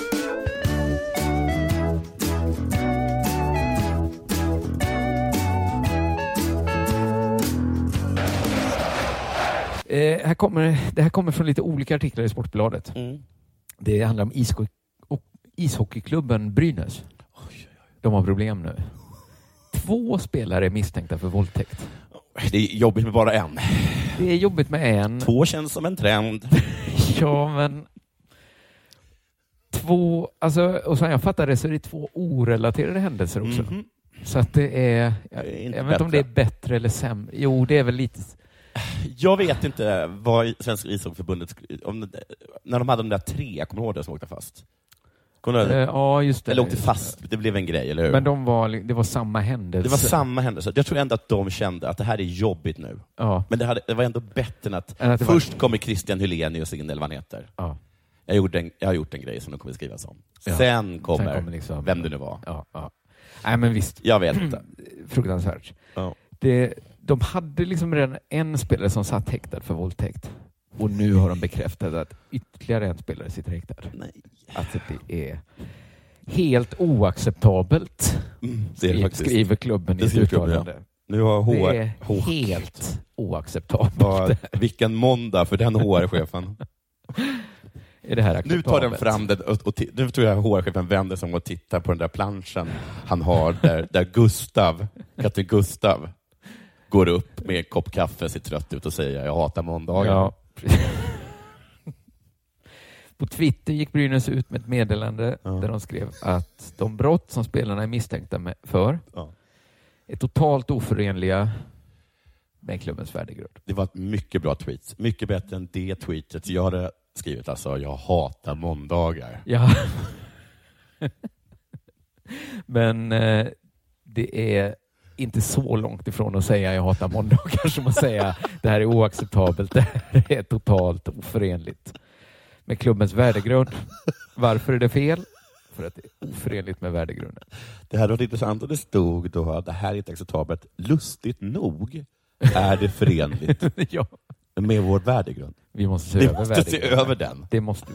Det här kommer från lite olika artiklar i Sportbladet. Mm. Det handlar om ishockeyklubben Brynäs. De har problem nu. 2 spelare är misstänkta för våldtäkt. Det är jobbigt med bara en. Det är jobbigt med en. 2 känns som en trend. Ja, men 2, alltså, och som jag fattar det så är det 2 orelaterade händelser också. Mm-hmm. Så att det är, jag vet inte om det är bättre eller sämre. Jo, det är väl lite... Jag vet inte vad Svenska ishockeyförbundet, när de hade de där 3, kommer du ihåg det, som åkte fast? Ja, just det. Eller åkte fast, det blev en grej, eller hur? Men det var samma händelse. Det var samma händelse. Jag tror ändå att de kände att det här är jobbigt nu. Ja. Men det var ändå bättre än att först kommer Christian Hylenius in, eller vad han heter. Ja. Jag har gjort en grej som de kommer skriva om. Ja. Sen kommer liksom, vem det nu var. Ja. Nej, men visst. Jag vet inte. Fruktansvärt. Ja. De hade liksom redan en spelare som satt häktad för våldtäkt. Och nu har de bekräftat att ytterligare en spelare sitter häktad. Nej. Alltså det är helt oacceptabelt. Skriver klubben i ett uttalande. Nu har det är helt oacceptabelt. Vilken måndag för den HR-chefen. Är det här acceptabelt? Nu tar den fram det och nu tror jag HR-chefen vänder sig om och tittar på den där planschen han har där Kapten Gustav går upp med en kopp kaffe, ser trött ut och säger jag hatar måndagar. Ja. På Twitter gick Brynäs ut med ett meddelande där de skrev att de brott som spelarna är misstänkta för är totalt oförenliga med klubbens värdegrund. Det var ett mycket bra tweet. Mycket bättre än det tweetet jag hade skrivit. Alltså, jag hatar måndagar. Ja. Men det är inte så långt ifrån att säga jag hatar måndagar som att säga det här är oacceptabelt. Det här är totalt oförenligt med klubbens värdegrund. Varför är det fel? För att det är oförenligt med värdegrunden. Det här var intressant och det stod då att det här är inte acceptabelt. Lustigt nog är det förenligt med vår värdegrund. Vi måste se över den. Det måste vi.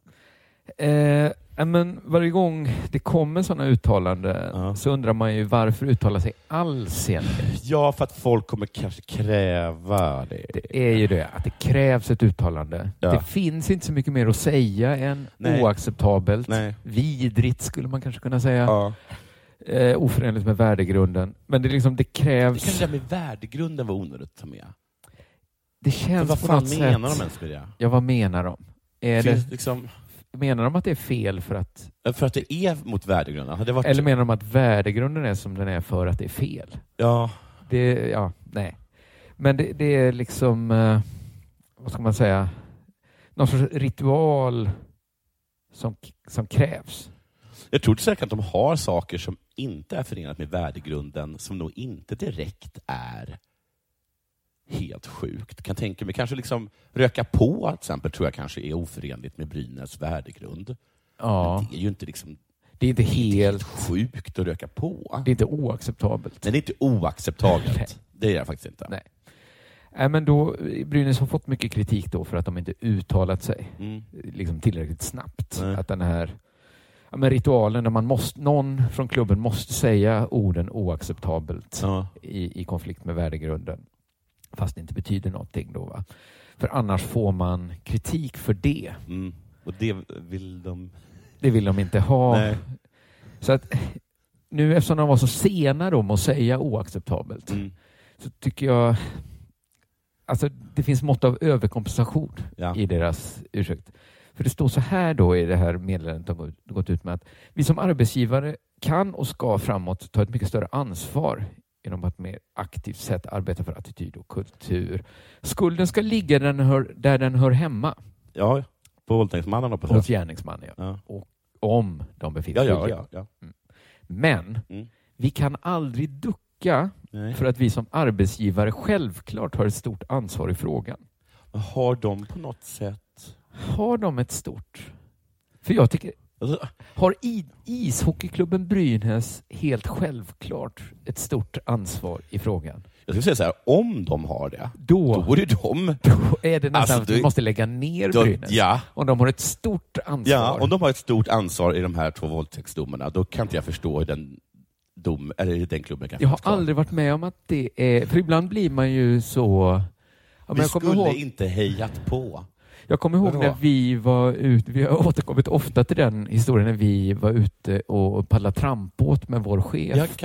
Men varje gång det kommer sådana uttalanden så undrar man ju varför uttala sig alls egentligen. Ja, för att folk kommer kanske kräva det. Det är ju det, att det krävs ett uttalande. Ja. Det finns inte så mycket mer att säga än oacceptabelt. Vidrigt skulle man kanske kunna säga. Ja. Oförenligt med värdegrunden. Men det, liksom, det krävs... Det kanske med värdegrunden var onödigt att ta med. Det känns vad på fan något sätt... menar de ens med det? Ja, vad menar de? Liksom... Menar de att det är fel för att... För att det är mot värdegrunden? Hade varit... Eller menar de att värdegrunden är som den är för att det är fel? Ja. Nej. Men det är liksom... vad ska man säga? Någon sorts ritual som krävs. Jag tror säkert att de har saker som inte är förenat med värdegrunden som nog inte direkt är helt sjukt. Kan tänka mig kanske liksom röka på till exempel tror jag kanske är oförenligt med Brynäs värdegrund. Ja. Men det är ju inte liksom det är inte helt sjukt att röka på. Det är inte oacceptabelt. Nej, det är inte oacceptabelt. Det är det faktiskt inte. Nej, men då Brynäs har fått mycket kritik då för att de inte uttalat sig liksom tillräckligt snabbt. Att den här ritualen där någon från klubben måste säga orden oacceptabelt i konflikt med värdegrunden. Fast det inte betyder någonting då, va? För annars får man kritik för det. Och det vill de... Det vill de inte ha. Nej. Så att nu eftersom de var så sena då med att säga oacceptabelt så tycker jag alltså det finns mått av överkompensation i deras ursäkt. För det står så här då i det här meddelandet de gått ut med att vi som arbetsgivare kan och ska framåt ta ett mycket större ansvar genom att mer aktivt sätt arbeta för attityd och kultur. Skulden ska ligga där den hör hemma. Ja, på våldtäktsmannen och på hos gärningsmannen. Ja. Och om de befinner sig ja. Men vi kan aldrig ducka för att vi som arbetsgivare självklart har ett stort ansvar i frågan. Har de på något sätt... Har de ett stort... För jag tycker... Har ishockeyklubben Brynäs helt självklart ett stort ansvar i frågan? Jag skulle säga så här, om de har det, då är det de. Då är det nästan att vi måste lägga ner Brynäs. Ja. Om de har ett stort ansvar. Ja, om de har ett stort ansvar i de här 2 våldtäktsdomarna, då kan inte jag förstå hur den klubben kan. Jag har aldrig varit med om att det är... För ibland blir man ju så... Vi skulle inte hejat på. Jag kommer ihåg när vi var ute, vi har återkommit ofta till den historien när vi var ute och paddlade trampbåt med vår chef.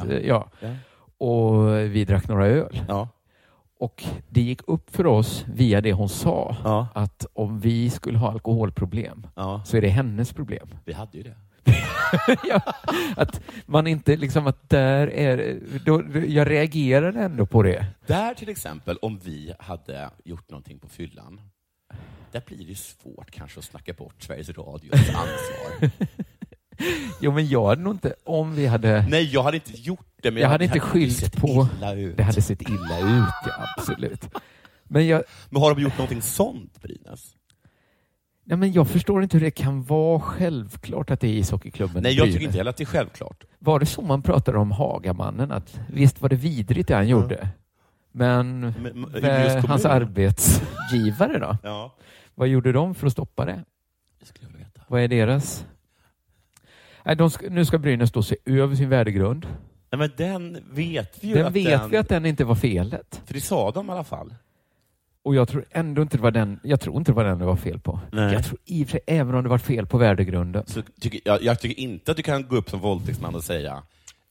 Och vi drack några öl. Ja. Och det gick upp för oss via det hon sa att om vi skulle ha alkoholproblem så är det hennes problem. Vi hade ju det. Att man inte liksom att där är då, jag reagerar ändå på det. Där till exempel om vi hade gjort någonting på fyllan, där blir det svårt kanske att snacka bort Sveriges Radios ansvar. Jo, men jag hade nog inte, om vi hade... Nej, jag hade inte gjort det, men jag hade inte skyllt på... Det hade sett illa ut, ja, absolut. Men har de gjort någonting sånt, Brynäs? Nej, men jag förstår inte hur det kan vara självklart att det är ishockeyklubben. Nej, jag tycker inte heller att det är självklart. Var det så man pratade om Hagamannen? Att visst var det vidrigt det han gjorde. Men hans arbetsgivare då? Ja. Vad gjorde de för att stoppa det? Det skulle jag veta. Vad är deras? Nej, nu ska Brynäs då se över sin värdegrund. Nej, men den vet vi ju att den inte var felet. För det sa de i alla fall. Och jag tror ändå inte det var den. Jag tror inte det var den det var fel på. Nej. Jag tror i och för sig, även om det var fel på värdegrunden. Så jag tycker inte att du kan gå upp som våldtäktsman och säga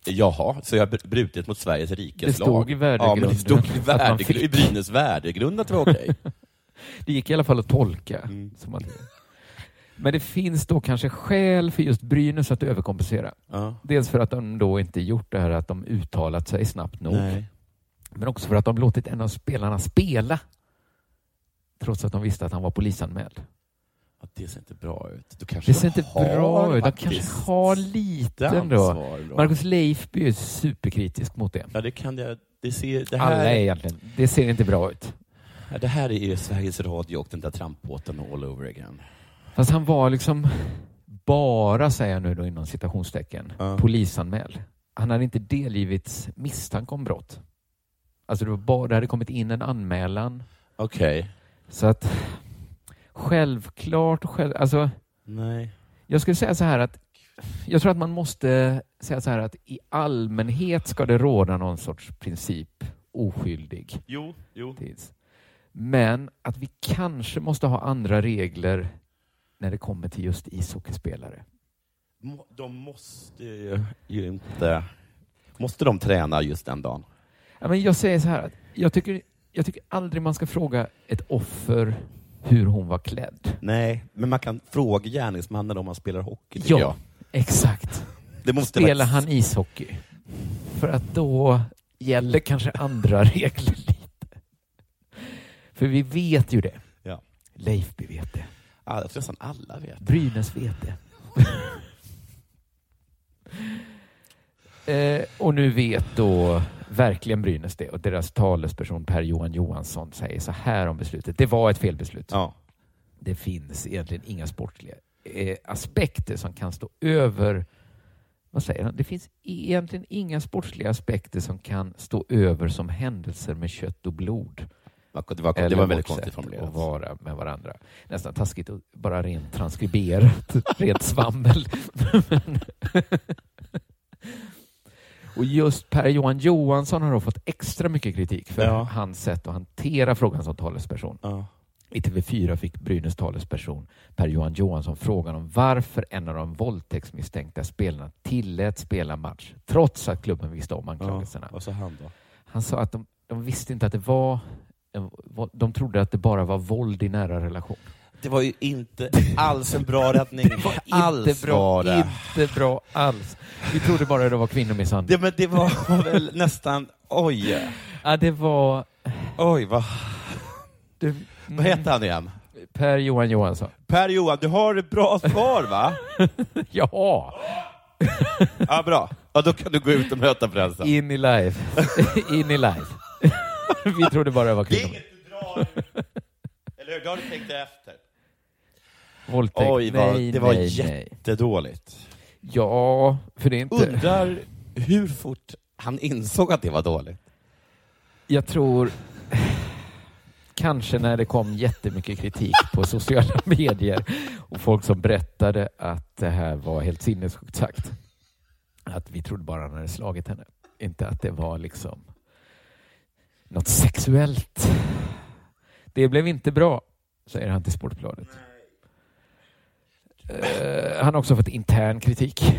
Jaha, så jag har brutit mot Sveriges rikes lag. Det stod i värdegrunden. Ja, men det stod i Brynäs värdegrund att det var okej. Det gick i alla fall att tolka. Som att... Men det finns då kanske skäl för just Brynäs att överkompensera. Dels för att de då inte gjort det här att de uttalat sig snabbt nog. Nej. Men också för att de låtit en av spelarna spela. Trots att de visste att han var polisanmäld. Ja, det ser inte bra ut. Det ser inte bra ut. De kanske har lite ändå. Marcus Leifby är superkritisk mot det. Ja, det kan jag. Det här... Alla är egentligen. Det ser inte bra ut. Ja, det här är ju Sveriges Radio och den där trampbåten all over again. Fast han var liksom bara, säger jag nu då inom citationstecken, polisanmäld. Han hade inte delgivits misstanke om brott. Alltså det hade kommit in en anmälan. Okej. Så att självklart, alltså nej. Jag skulle säga så här att jag tror att man måste säga så här att i allmänhet ska det råda någon sorts princip oskyldig. Jo. Men att vi kanske måste ha andra regler när det kommer till just ishockeyspelare. De måste ju inte... Måste de träna just den dagen? Ja, men jag säger så här att jag tycker aldrig man ska fråga ett offer hur hon var klädd. Nej, men man kan fråga gärningsmannen om han spelar hockey. Ja, exakt. Det måste spelar han ishockey? För att då gäller kanske andra regler lite. För vi vet ju det. Ja. Leifby vet det. Ja, jag tror nästan alla vet. Brynäs vet det. Och nu vet då verkligen Brynäs det. Och deras talesperson Per-Johan Johansson säger så här om beslutet. Det var ett felbeslut. Ja. Det finns egentligen inga sportliga aspekter som kan stå över... Vad säger han? Det finns egentligen inga sportsliga aspekter som kan stå över som händelser med kött och blod. Det var väldigt konstigt formulerat. Att vara med varandra. Nästan taskigt och bara rent transkriberat. Rent svammel. Och just Per-Johan Johansson har då fått extra mycket kritik för hans sätt att hantera frågan som talesperson. Ja. I TV4 fick Brynäs talesperson Per-Johan Johansson frågan om varför en av de våldtäktsmisstänkta spelarna tillät spela match trots att klubben visste om anklagelserna. Vad sa han då? Han sa att de visste inte att det var... De trodde att det bara var våld i nära relation. Det var ju inte alls en bra räddning. Det var inte bra alls. Vi trodde bara det var kvinnomisshandel. Men det var väl nästan... Oj. Ja, det var... Oj, vad... Vad heter han igen? Per-Johan Johansson. Per-Johan, du har ett bra svar, va? Ja. Ja, bra. Ja, då kan du gå ut och möta pressen. In i live. Vi trodde bara det var kvinnor. Det är inget du drar. Eller hur? Då har du tänkt efter. Våldtäkt. Oj, det var jättedåligt. Ja, för det är inte... Undrar hur fort han insåg att det var dåligt. Jag tror... Kanske när det kom jättemycket kritik på sociala medier och folk som berättade att det här var helt sinnessjukt sagt. Att vi trodde bara han hade slagit henne. Inte att det var liksom något sexuellt. Det blev inte bra, säger han till Sportbladet. Han har också fått intern kritik.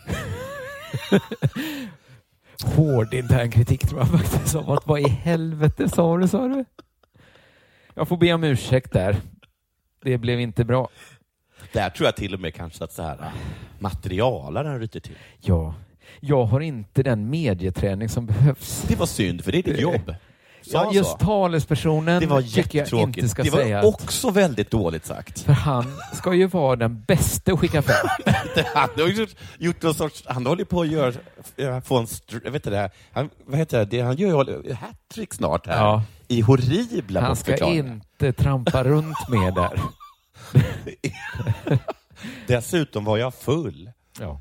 Hård intern kritik tror jag faktiskt. Om att vad i helvete sa du? Jag får be om ursäkt där. Det blev inte bra. Där tror jag till och med kanske att så här materialaren ryter till. Ja, jag har inte den medieträning som behövs. Det var synd, för det är ditt jobb. Ja, just talespersonen det var tycker jag inte ska säga. säga. Det var också väldigt dåligt sagt. För han ska ju vara den bästa att skicka fram. Han har gjort någon sorts... Han håller på att få en... Jag vet inte det här. Vad heter det? Han gör hattrick snart här. Ja. I horribla han ska inte trampa runt med där. Dessutom var jag full. Ja.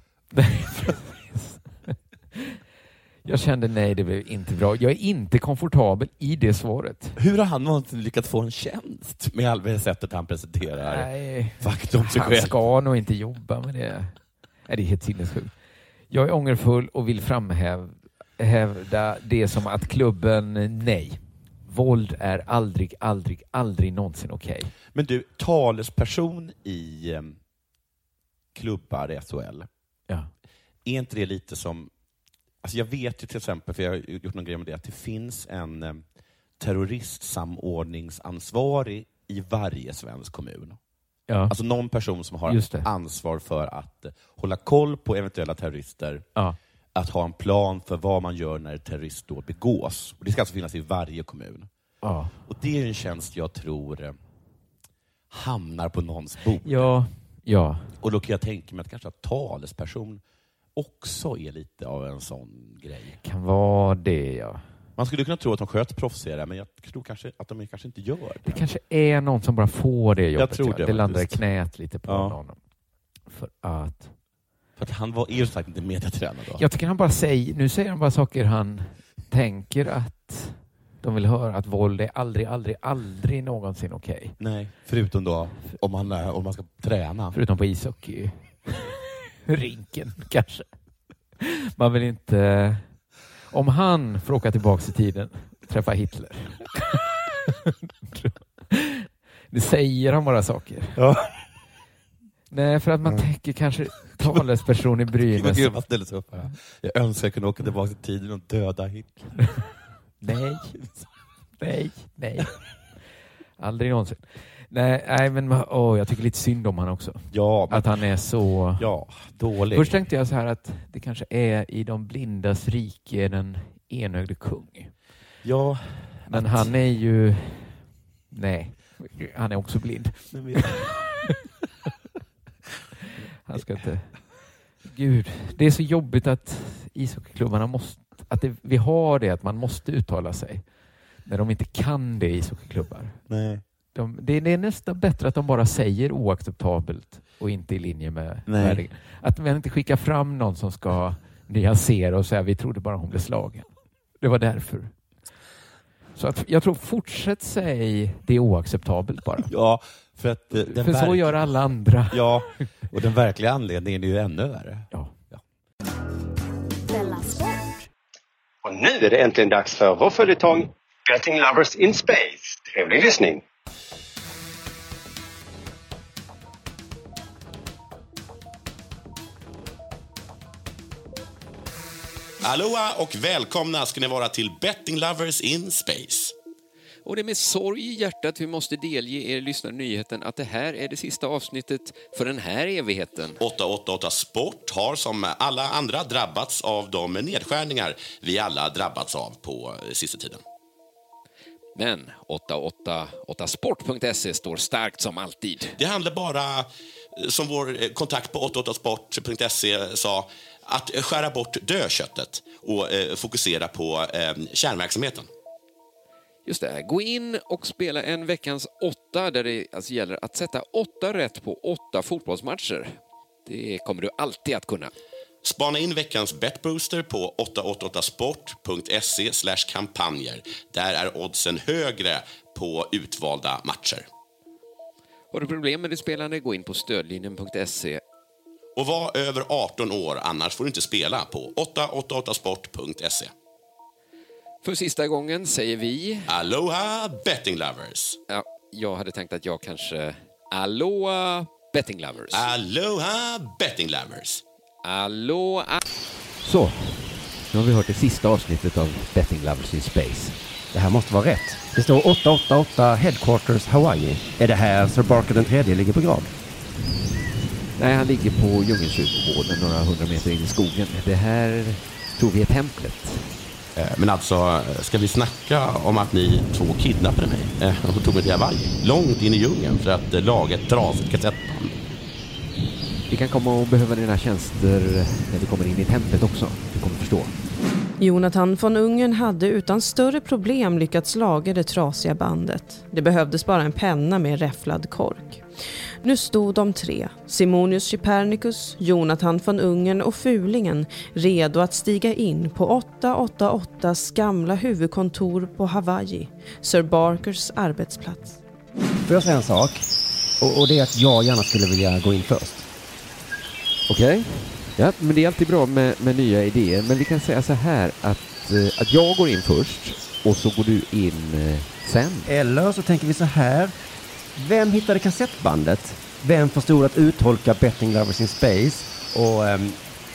Jag kände nej, det blev inte bra. Jag är inte komfortabel i det svaret. Hur har han någonsin lyckats få en tjänst med all sättet han presenterar? Nej, faktum om sig själv. Han ska nog inte jobba med det. Nej, det är helt sinnessjukt. Jag är ångerfull och vill framhävda det som att klubben nej. Våld är aldrig någonsin okej. Men du, talesperson i klubbar i SHL. Ja. Är inte det lite som Alltså jag vet ju till exempel, för jag har gjort någon grej med det, att det finns en terroristsamordningsansvarig i varje svensk kommun. Ja. Alltså någon person som har ansvar för att hålla koll på eventuella terrorister, att ha en plan för vad man gör när terroristdåd begås. Och det ska alltså finnas i varje kommun. Ja. Och det är en tjänst jag tror hamnar på någons bord. Ja. Och då kan jag tänka mig att kanske att talesperson också är lite av en sån grej. Kan vara det, ja. Man skulle kunna tro att de sköt proffsigare, men jag tror kanske att de kanske inte gör det. Det kanske är någon som bara får det jobbet. Jag tror det landar i knät lite på någon. För att han är ju sagt inte mediatränad då. Jag tycker han bara nu säger han bara saker han tänker att de vill höra, att våld är aldrig någonsin okej. Nej, förutom då om man ska träna. Förutom på ishockey. Rinken kanske. Man vill inte... Om han får åka tillbaka i tiden, träffa Hitler. Det säger han bara saker. Ja. Nej, för att man tänker kanske talesperson i Brynäs. Gud, vad ställer sig upp här. Jag önskar jag kunde åka tillbaka i tiden och döda Hitler. Nej. Aldrig någonsin. Nej, men jag tycker lite synd om han också. Ja, att han är så dålig. Först tänkte jag så här att det kanske är i de blindas rike den enögde kung. Ja. Men han är ju... Nej, han är också blind. Han ska inte... Gud, det är så jobbigt att ishockeyklubbarna måste... vi har det att man måste uttala sig när de inte kan det i ishockeyklubbar. Nej. Det är nästan bättre att de bara säger oacceptabelt och inte i linje med värderingen. Att man inte skickar fram någon som ska nyansera och säga vi trodde bara hon blev slagen. Det var därför. Så att jag tror fortsätt säga det är oacceptabelt bara. Ja, för så gör alla andra. Ja, och den verkliga anledningen är ju ännu värre. Ja. Och nu är det äntligen dags för vår följetong Betting Lovers in Space. Trevlig lyssning! Aloha och välkomna ska ni vara till Betting Lovers in Space. Och det är med sorg i hjärtat vi måste delge er lyssnare nyheten att det här är det sista avsnittet för den här evigheten. 888 Sport har som alla andra drabbats av de nedskärningar vi alla drabbats av på sista tiden. Men 888sport.se står starkt som alltid. Det handlar bara, som vår kontakt på 888sport.se sa, att skära bort dödköttet och fokusera på kärnverksamheten. Just det, gå in och spela en veckans 8 där det alltså gäller att sätta 8 rätt på 8 fotbollsmatcher. Det kommer du alltid att kunna. Spana in veckans betbooster på 888sport.se/kampanjer. Där är oddsen högre på utvalda matcher. Har du problem med ditt spelande, gå in på stödlinjen.se. Och var över 18 år, annars får du inte spela på 888sport.se. För sista gången säger vi... Aloha Betting Lovers! Ja, jag hade tänkt att jag kanske... Aloha Betting Lovers! Aloha Betting Lovers! Aloha... Så, nu har vi hört det sista avsnittet av Betting Lovers in Space. Det här måste vara rätt. Det står 888 Headquarters Hawaii. Är det här Sir Barker den tredje ligger begravd? Nej, han ligger på djungelkyrkogården några 100 meter in i skogen. Det här tror vi är templet. Men alltså, ska vi snacka om att ni 2 kidnappade mig och tog mig till Hawaii långt in i djungeln för att laga ett trasigt kassettband? Vi kan komma och behöva dina tjänster när vi kommer in i templet också. Du kommer förstå. Jonathan von Ungern hade utan större problem lyckats laga det trasiga bandet. Det behövdes bara en penna med räfflad kork. Nu stod de 3, Simonius Chypernicus, Jonathan von Ungern och Fulingen, redo att stiga in på 888s gamla huvudkontor på Hawaii, Sir Barkers arbetsplats. Får jag säga en sak? Och det är att jag gärna skulle vilja gå in först. Okej. Ja, men det är alltid bra med nya idéer. Men vi kan säga så här att jag går in först och så går du in sen. Eller så tänker vi så här. Vem hittade kassettbandet? Vem förstod att uttolka Betting Lovers in Space? Och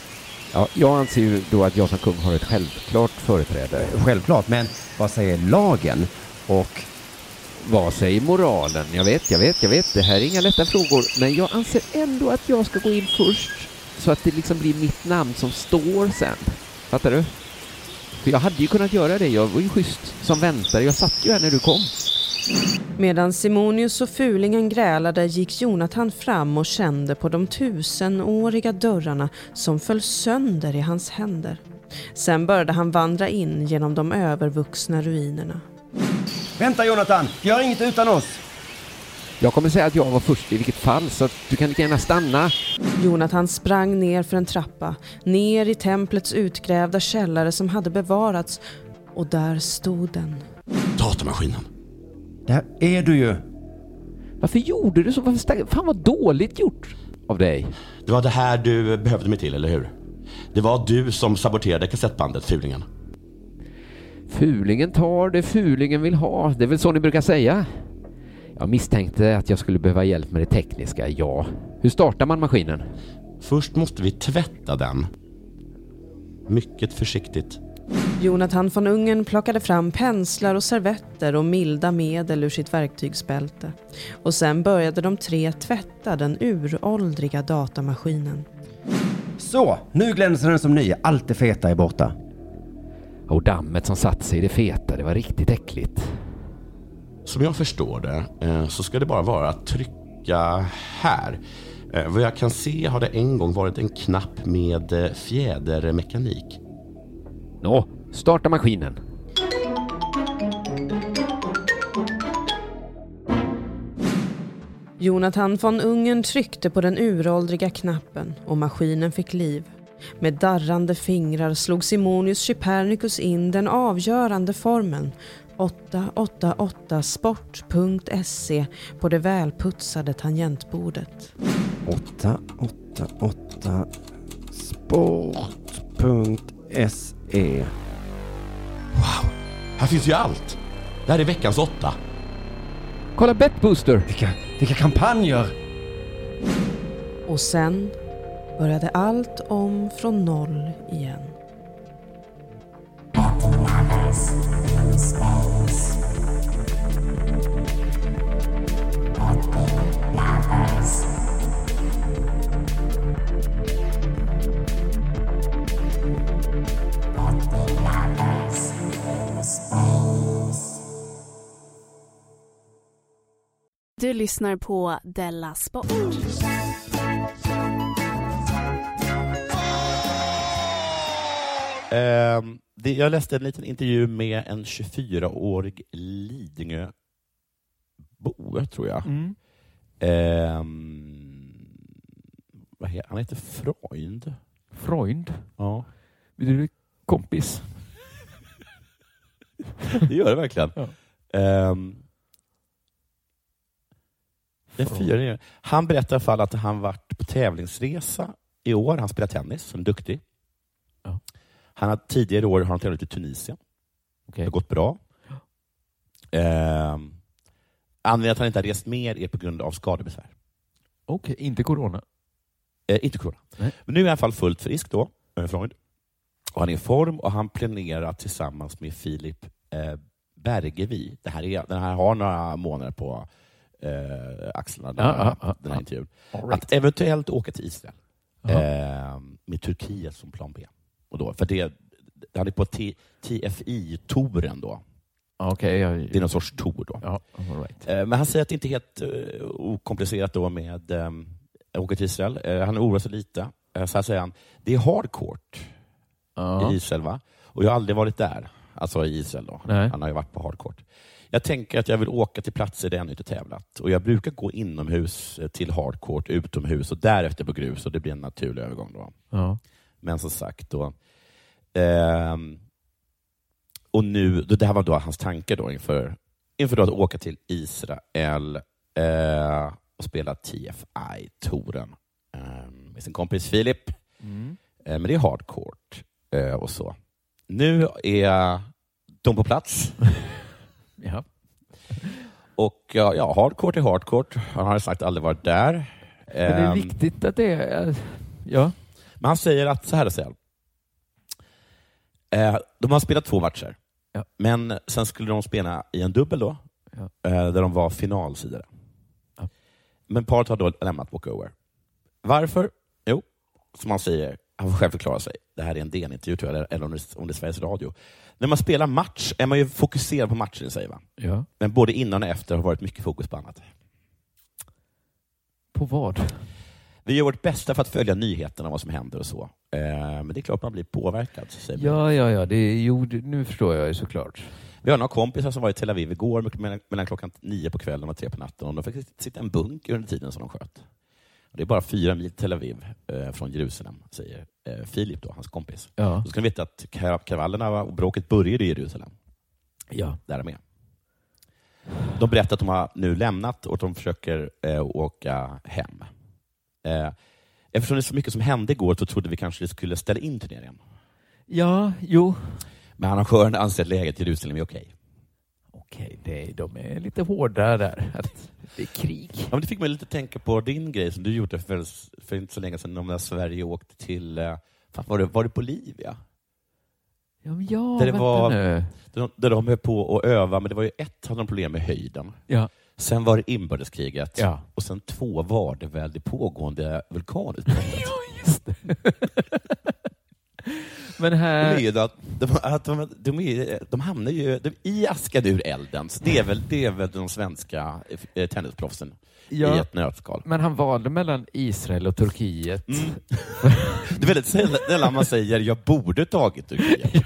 Ja, jag anser ju då att jag som kung har ett självklart företräde. Självklart, men vad säger lagen? Och vad säger moralen? Jag vet. Det här är inga lätta frågor. Men jag anser ändå att jag ska gå in först. Så att det liksom blir mitt namn som står sen. Fattar du? För jag hade ju kunnat göra det. Jag var ju schysst som väntare. Jag satt ju här när du kom. Medan Simonius och fulingen grälade gick Jonathan fram och kände på de 1000-åriga dörrarna som föll sönder i hans händer. Sen började han vandra in genom de övervuxna ruinerna. Vänta Jonathan, gör inget utan oss. Jag kommer säga att jag var först i vilket fall, så att du kan lika gärna stanna. Jonathan sprang ner för en trappa, ner i templets utgrävda källare som hade bevarats. Och där stod den. Datamaskinen. Där är du ju. Varför gjorde du så? Fan vad dåligt gjort av dig. Det var det här du behövde mig till, eller hur? Det var du som saboterade kassettbandet, fulingen. Fulingen tar det fulingen vill ha. Det är väl så ni brukar säga. Jag misstänkte att jag skulle behöva hjälp med det tekniska, ja. Hur startar man maskinen? Först måste vi tvätta den. Mycket försiktigt. Jonathan von Ungern plockade fram penslar och servetter och milda medel ur sitt verktygsbälte. Och sen började de 3 tvätta den uråldriga datamaskinen. Så, nu glänser den som ny. Allt det feta är borta. Och dammet som satt sig i det feta, det var riktigt äckligt. Som jag förstår det så ska det bara vara att trycka här. Vad jag kan se har det en gång varit en knapp med fjädermekanik. Nå, starta maskinen. Jonathan von Ungern tryckte på den uråldriga knappen och maskinen fick liv. Med darrande fingrar slog Simonius Chypernicus in den avgörande formeln 888sport.se på det välputsade tangentbordet. 888sport.se. Wow, här finns ju allt. Det här är veckans 8. Kolla Betbooster. Vilka kampanjer. Och sen började allt om från noll igen. Du lyssnar på Della Sport. Jag läste en liten intervju med en 24-årig Lidingöbo, tror jag. Han heter Freund. Freund? Ja. Vill du kompis? Det gör det verkligen. Ja. Han berättar i alla fall att han varit på tävlingsresa i år. Han spelar tennis, som duktig. Ja. Han har tidigare år har han tävlat i Tunisien. Okay. Det har gått bra. Anledningen att han inte har rest mer är på grund av skadebesvär. Okej, inte corona? Inte corona. Nej. Men nu är han i alla fall fullt frisk då, Freund. Och han är i form och han planerar tillsammans med Filip Bergevi. Den här har några månader på axlarna, den här intervjun. Right. Att eventuellt åka till Israel med Turkiet som plan B. Och då, för han är på TFI-touren då. Okay, det är någon sorts tour då. Ja, right. Men han säger att det inte är helt okomplicerat då med att åka till Israel. Han oroar sig lite. Så här säger han, det är hardcourt i Israel, va? Och jag har aldrig varit där. Alltså i Israel då. Nej. Han har ju varit på hardcourt. Jag tänker att jag vill åka till platser där jag inte tävlat. Och jag brukar gå inomhus till hardcourt, utomhus och därefter på grus. Och det blir en naturlig övergång då. Ja. Men som sagt då. Och nu, det här var då hans tanke då inför då att åka till Israel och spela TFI-touren med sin kompis Filip. Men det är hardcourt och så. Nu är de på plats. Ja. Och hardcourt är hardcourt. Han har sagt aldrig varit där. Men det är viktigt att det är... Ja. Men han säger att, så här säger de har spelat 2 matcher. Ja. Men sen skulle de spela i en dubbel då. Ja. Där de var finalsidare. Ja. Men paret har då lämnat walkover. Varför? Jo, som han säger, han får själv förklara sig. Det här är en DN-intervju tror jag, eller om det är Sveriges Radio. När man spelar match är man ju fokuserad på matchen, säger man. Ja. Men både innan och efter har varit mycket fokus på annat. På vad? Vi gör vårt bästa för att följa nyheterna om vad som händer och så. Men det är klart man blir påverkad. Ja. Nu förstår jag ju såklart. Vi har några kompisar som var i Tel Aviv igår mellan klockan 9 på kvällen och 3 på natten. Och de fick sitta i en bunker under tiden som de sköt. Och det är bara 4 mil Tel Aviv från Jerusalem, säger Filip då, hans kompis. Ja. Så ska ni veta att kravallerna och bråket började i Jerusalem. Ja. Där med. De berättar att de har nu lämnat och att de försöker åka hem. Eftersom det är så mycket som hände igår så trodde vi kanske det skulle ställa in turneringen. Ja, jo. Men arrangören anser att läget i Jerusalem är okej. Okej, de är lite hårda där. Att det är krig. Ja, men det fick mig lite tänka på din grej som du gjorde för inte så länge sedan när Sverige åkte till... var det Bolivia? Ja, där det var nu. Där de höll på att öva, men det var ju hade de problem med höjden. Ja. Sen var det inbördeskriget. Ja. Och sen 2 var det väl det pågående vulkanutbrottet. Ja, just det. Men här... De hamnar ju i askan ur elden. Så det är väl de svenska tennisproffsen i ett nötskal. Men han valde mellan Israel och Turkiet. Mm. Det är väldigt sällan man säger jag borde tagit Turkiet.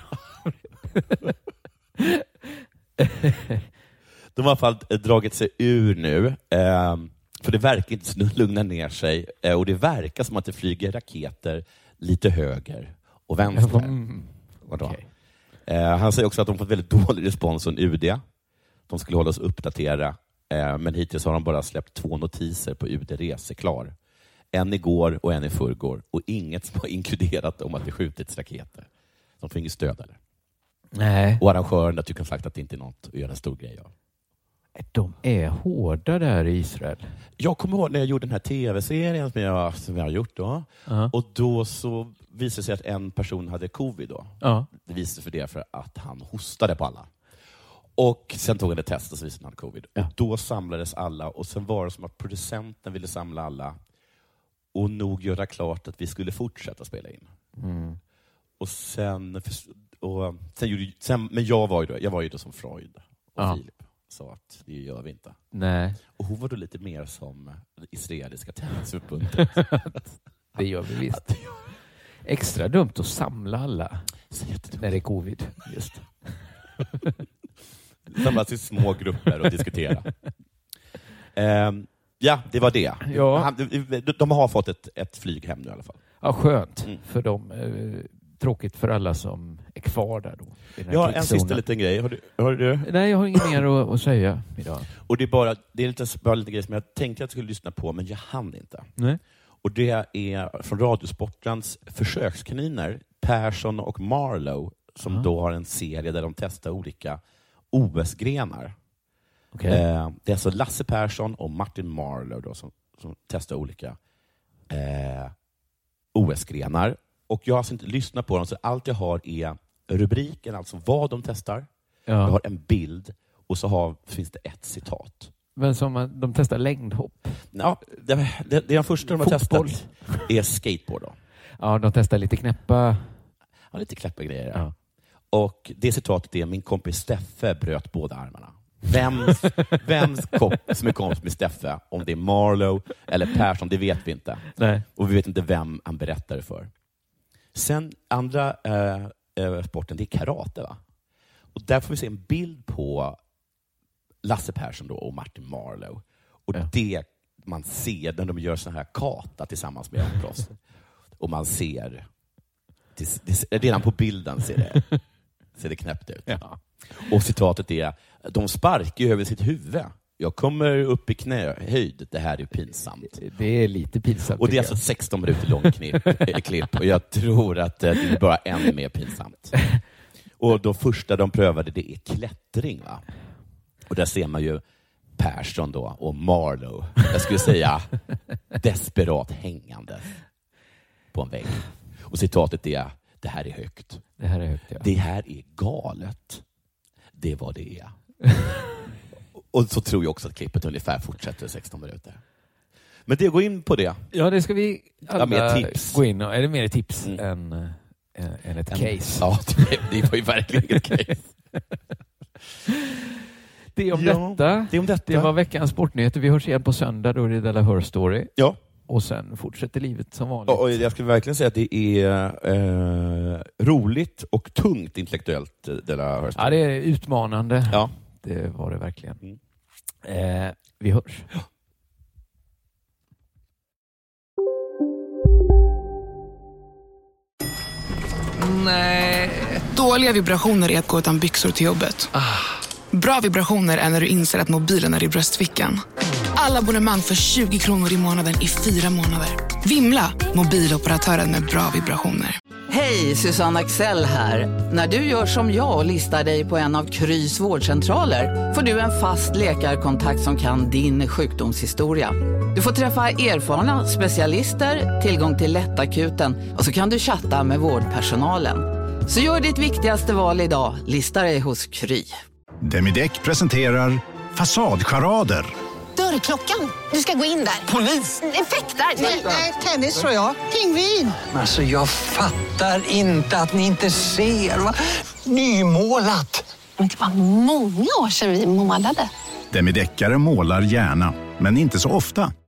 De har i alla fall dragit sig ur nu. För det verkar inte lugna ner sig. Och det verkar som att det flyger raketer lite höger och vänster. Okay. Han säger också att de fått väldigt dålig respons från UD. De skulle hålla oss uppdatera. Men hittills har de bara släppt 2 notiser på UD Reseklar. En igår och en i förrgår. Och inget som har inkluderat om att det skjutits raketer. De får inget stöd eller? Nej. Och arrangören tycker sagt att det inte är något att göra en stor grej av. De är hårda där i Israel. Jag kommer ihåg när jag gjorde den här tv-serien som jag har gjort då. Och då så visade det sig att en person hade covid då. Det visade sig för det för att han hostade på alla. Och sen tog han ett test och så visade han hade covid. Och då samlades alla och sen var det som att producenten ville samla alla och nog göra klart att vi skulle fortsätta spela in. Mm. Och men jag var ju då som Freud och Filip sa att det gör vi inte. Nej. Och hon var då lite mer som israeliska tennisförbundet. Det gör vi visst. Extra dumt att samla alla när det är covid. Just. Samlas i små grupper och diskutera. Det var det. Ja. De har fått ett flyg hem nu i alla fall. Ja, skönt för dem. Tråkigt för alla som är kvar där då. Ja, en sista liten grej. Har du? Nej, jag har inget mer att säga idag. Och det är bara lite grej som jag tänkte att jag skulle lyssna på, men jag hann inte. Nej. Och det är från Radiosportens försökskaniner, Persson och Marlowe, som då har en serie där de testar olika OS-grenar. Okay. Det är alltså Lasse Persson och Martin Marlowe då, som testar olika OS-grenar. Och jag har alltså inte lyssnat på dem, så allt jag har är rubriken, alltså vad de testar. Ja. Jag har en bild och så finns det ett citat. Men som de testar längdhopp? Ja, det är den första de har testat är skateboard då. Ja, de testar lite knäppa... Ja, lite knäppa grejer. Ja. Och det citatet är: min kompis Steffe bröt båda armarna. Vems som är kompis med Steffe, om det är Marlowe eller Persson, det vet vi inte. Nej. Och vi vet inte vem han berättar det för. Sen andra sporten, det är karate, va? Och där får vi se en bild på Lasse Persson då och Martin Marlowe. Och det man ser när de gör sån här kata tillsammans med proffs. Och man ser redan på bilden ser det knäppt ut. Ja. Och citatet är: de sparkar över sitt huvud. Jag kommer upp i knähöjd. Det här är pinsamt. Det är lite pinsamt. Och det är alltså 16 minuter lång klipp. Och jag tror att det är bara ännu mer pinsamt. Och då första de prövade, det är klättring, va? Och där ser man ju Persson då och Marlowe, jag skulle säga desperat hängande på en vägg. Och citatet är: det här är högt. Det här är högt, ja. Det här är galet. Det är vad det är. Och så tror jag också att klippet ungefär fortsätter 16 minuter. Men det, gå in på det. Ja, det ska vi alla mer tips. Gå in och, är det mer tips än ett case? Ja, det var ju verkligen ett case. Det om detta. Det var veckans sportnyheter. Vi hörs igen på söndag, då är det Della Her Story. Ja. Och sen fortsätter livet som vanligt. Och jag skulle verkligen säga att det är roligt och tungt intellektuellt, Della Her Story. Ja, det är utmanande. Ja. Det var det verkligen. Vi hörs. Nej. Dåliga vibrationer är att gå utan byxor till jobbet. Bra vibrationer är när du inser att mobilen är i bröstfickan. Alla abonnemang för 20 kronor i månaden i 4 månader. Vimla, mobiloperatören med bra vibrationer. Hej, Susanne Axel här. När du gör som jag och listar dig på en av Krys vårdcentraler får du en fast läkarkontakt som kan din sjukdomshistoria. Du får träffa erfarna specialister, tillgång till lättakuten och så kan du chatta med vårdpersonalen. Så gör ditt viktigaste val idag, listar dig hos Kry. Demideck presenterar Fasadcharader. Dörrklockan. Du ska gå in där. Polis? Effektar? Nej, tennis tror jag. Pingvin. Alltså jag fattar inte att ni inte ser. Va? Nymålat. Men det var många år sedan vi målade. Demideckare målar gärna, men inte så ofta.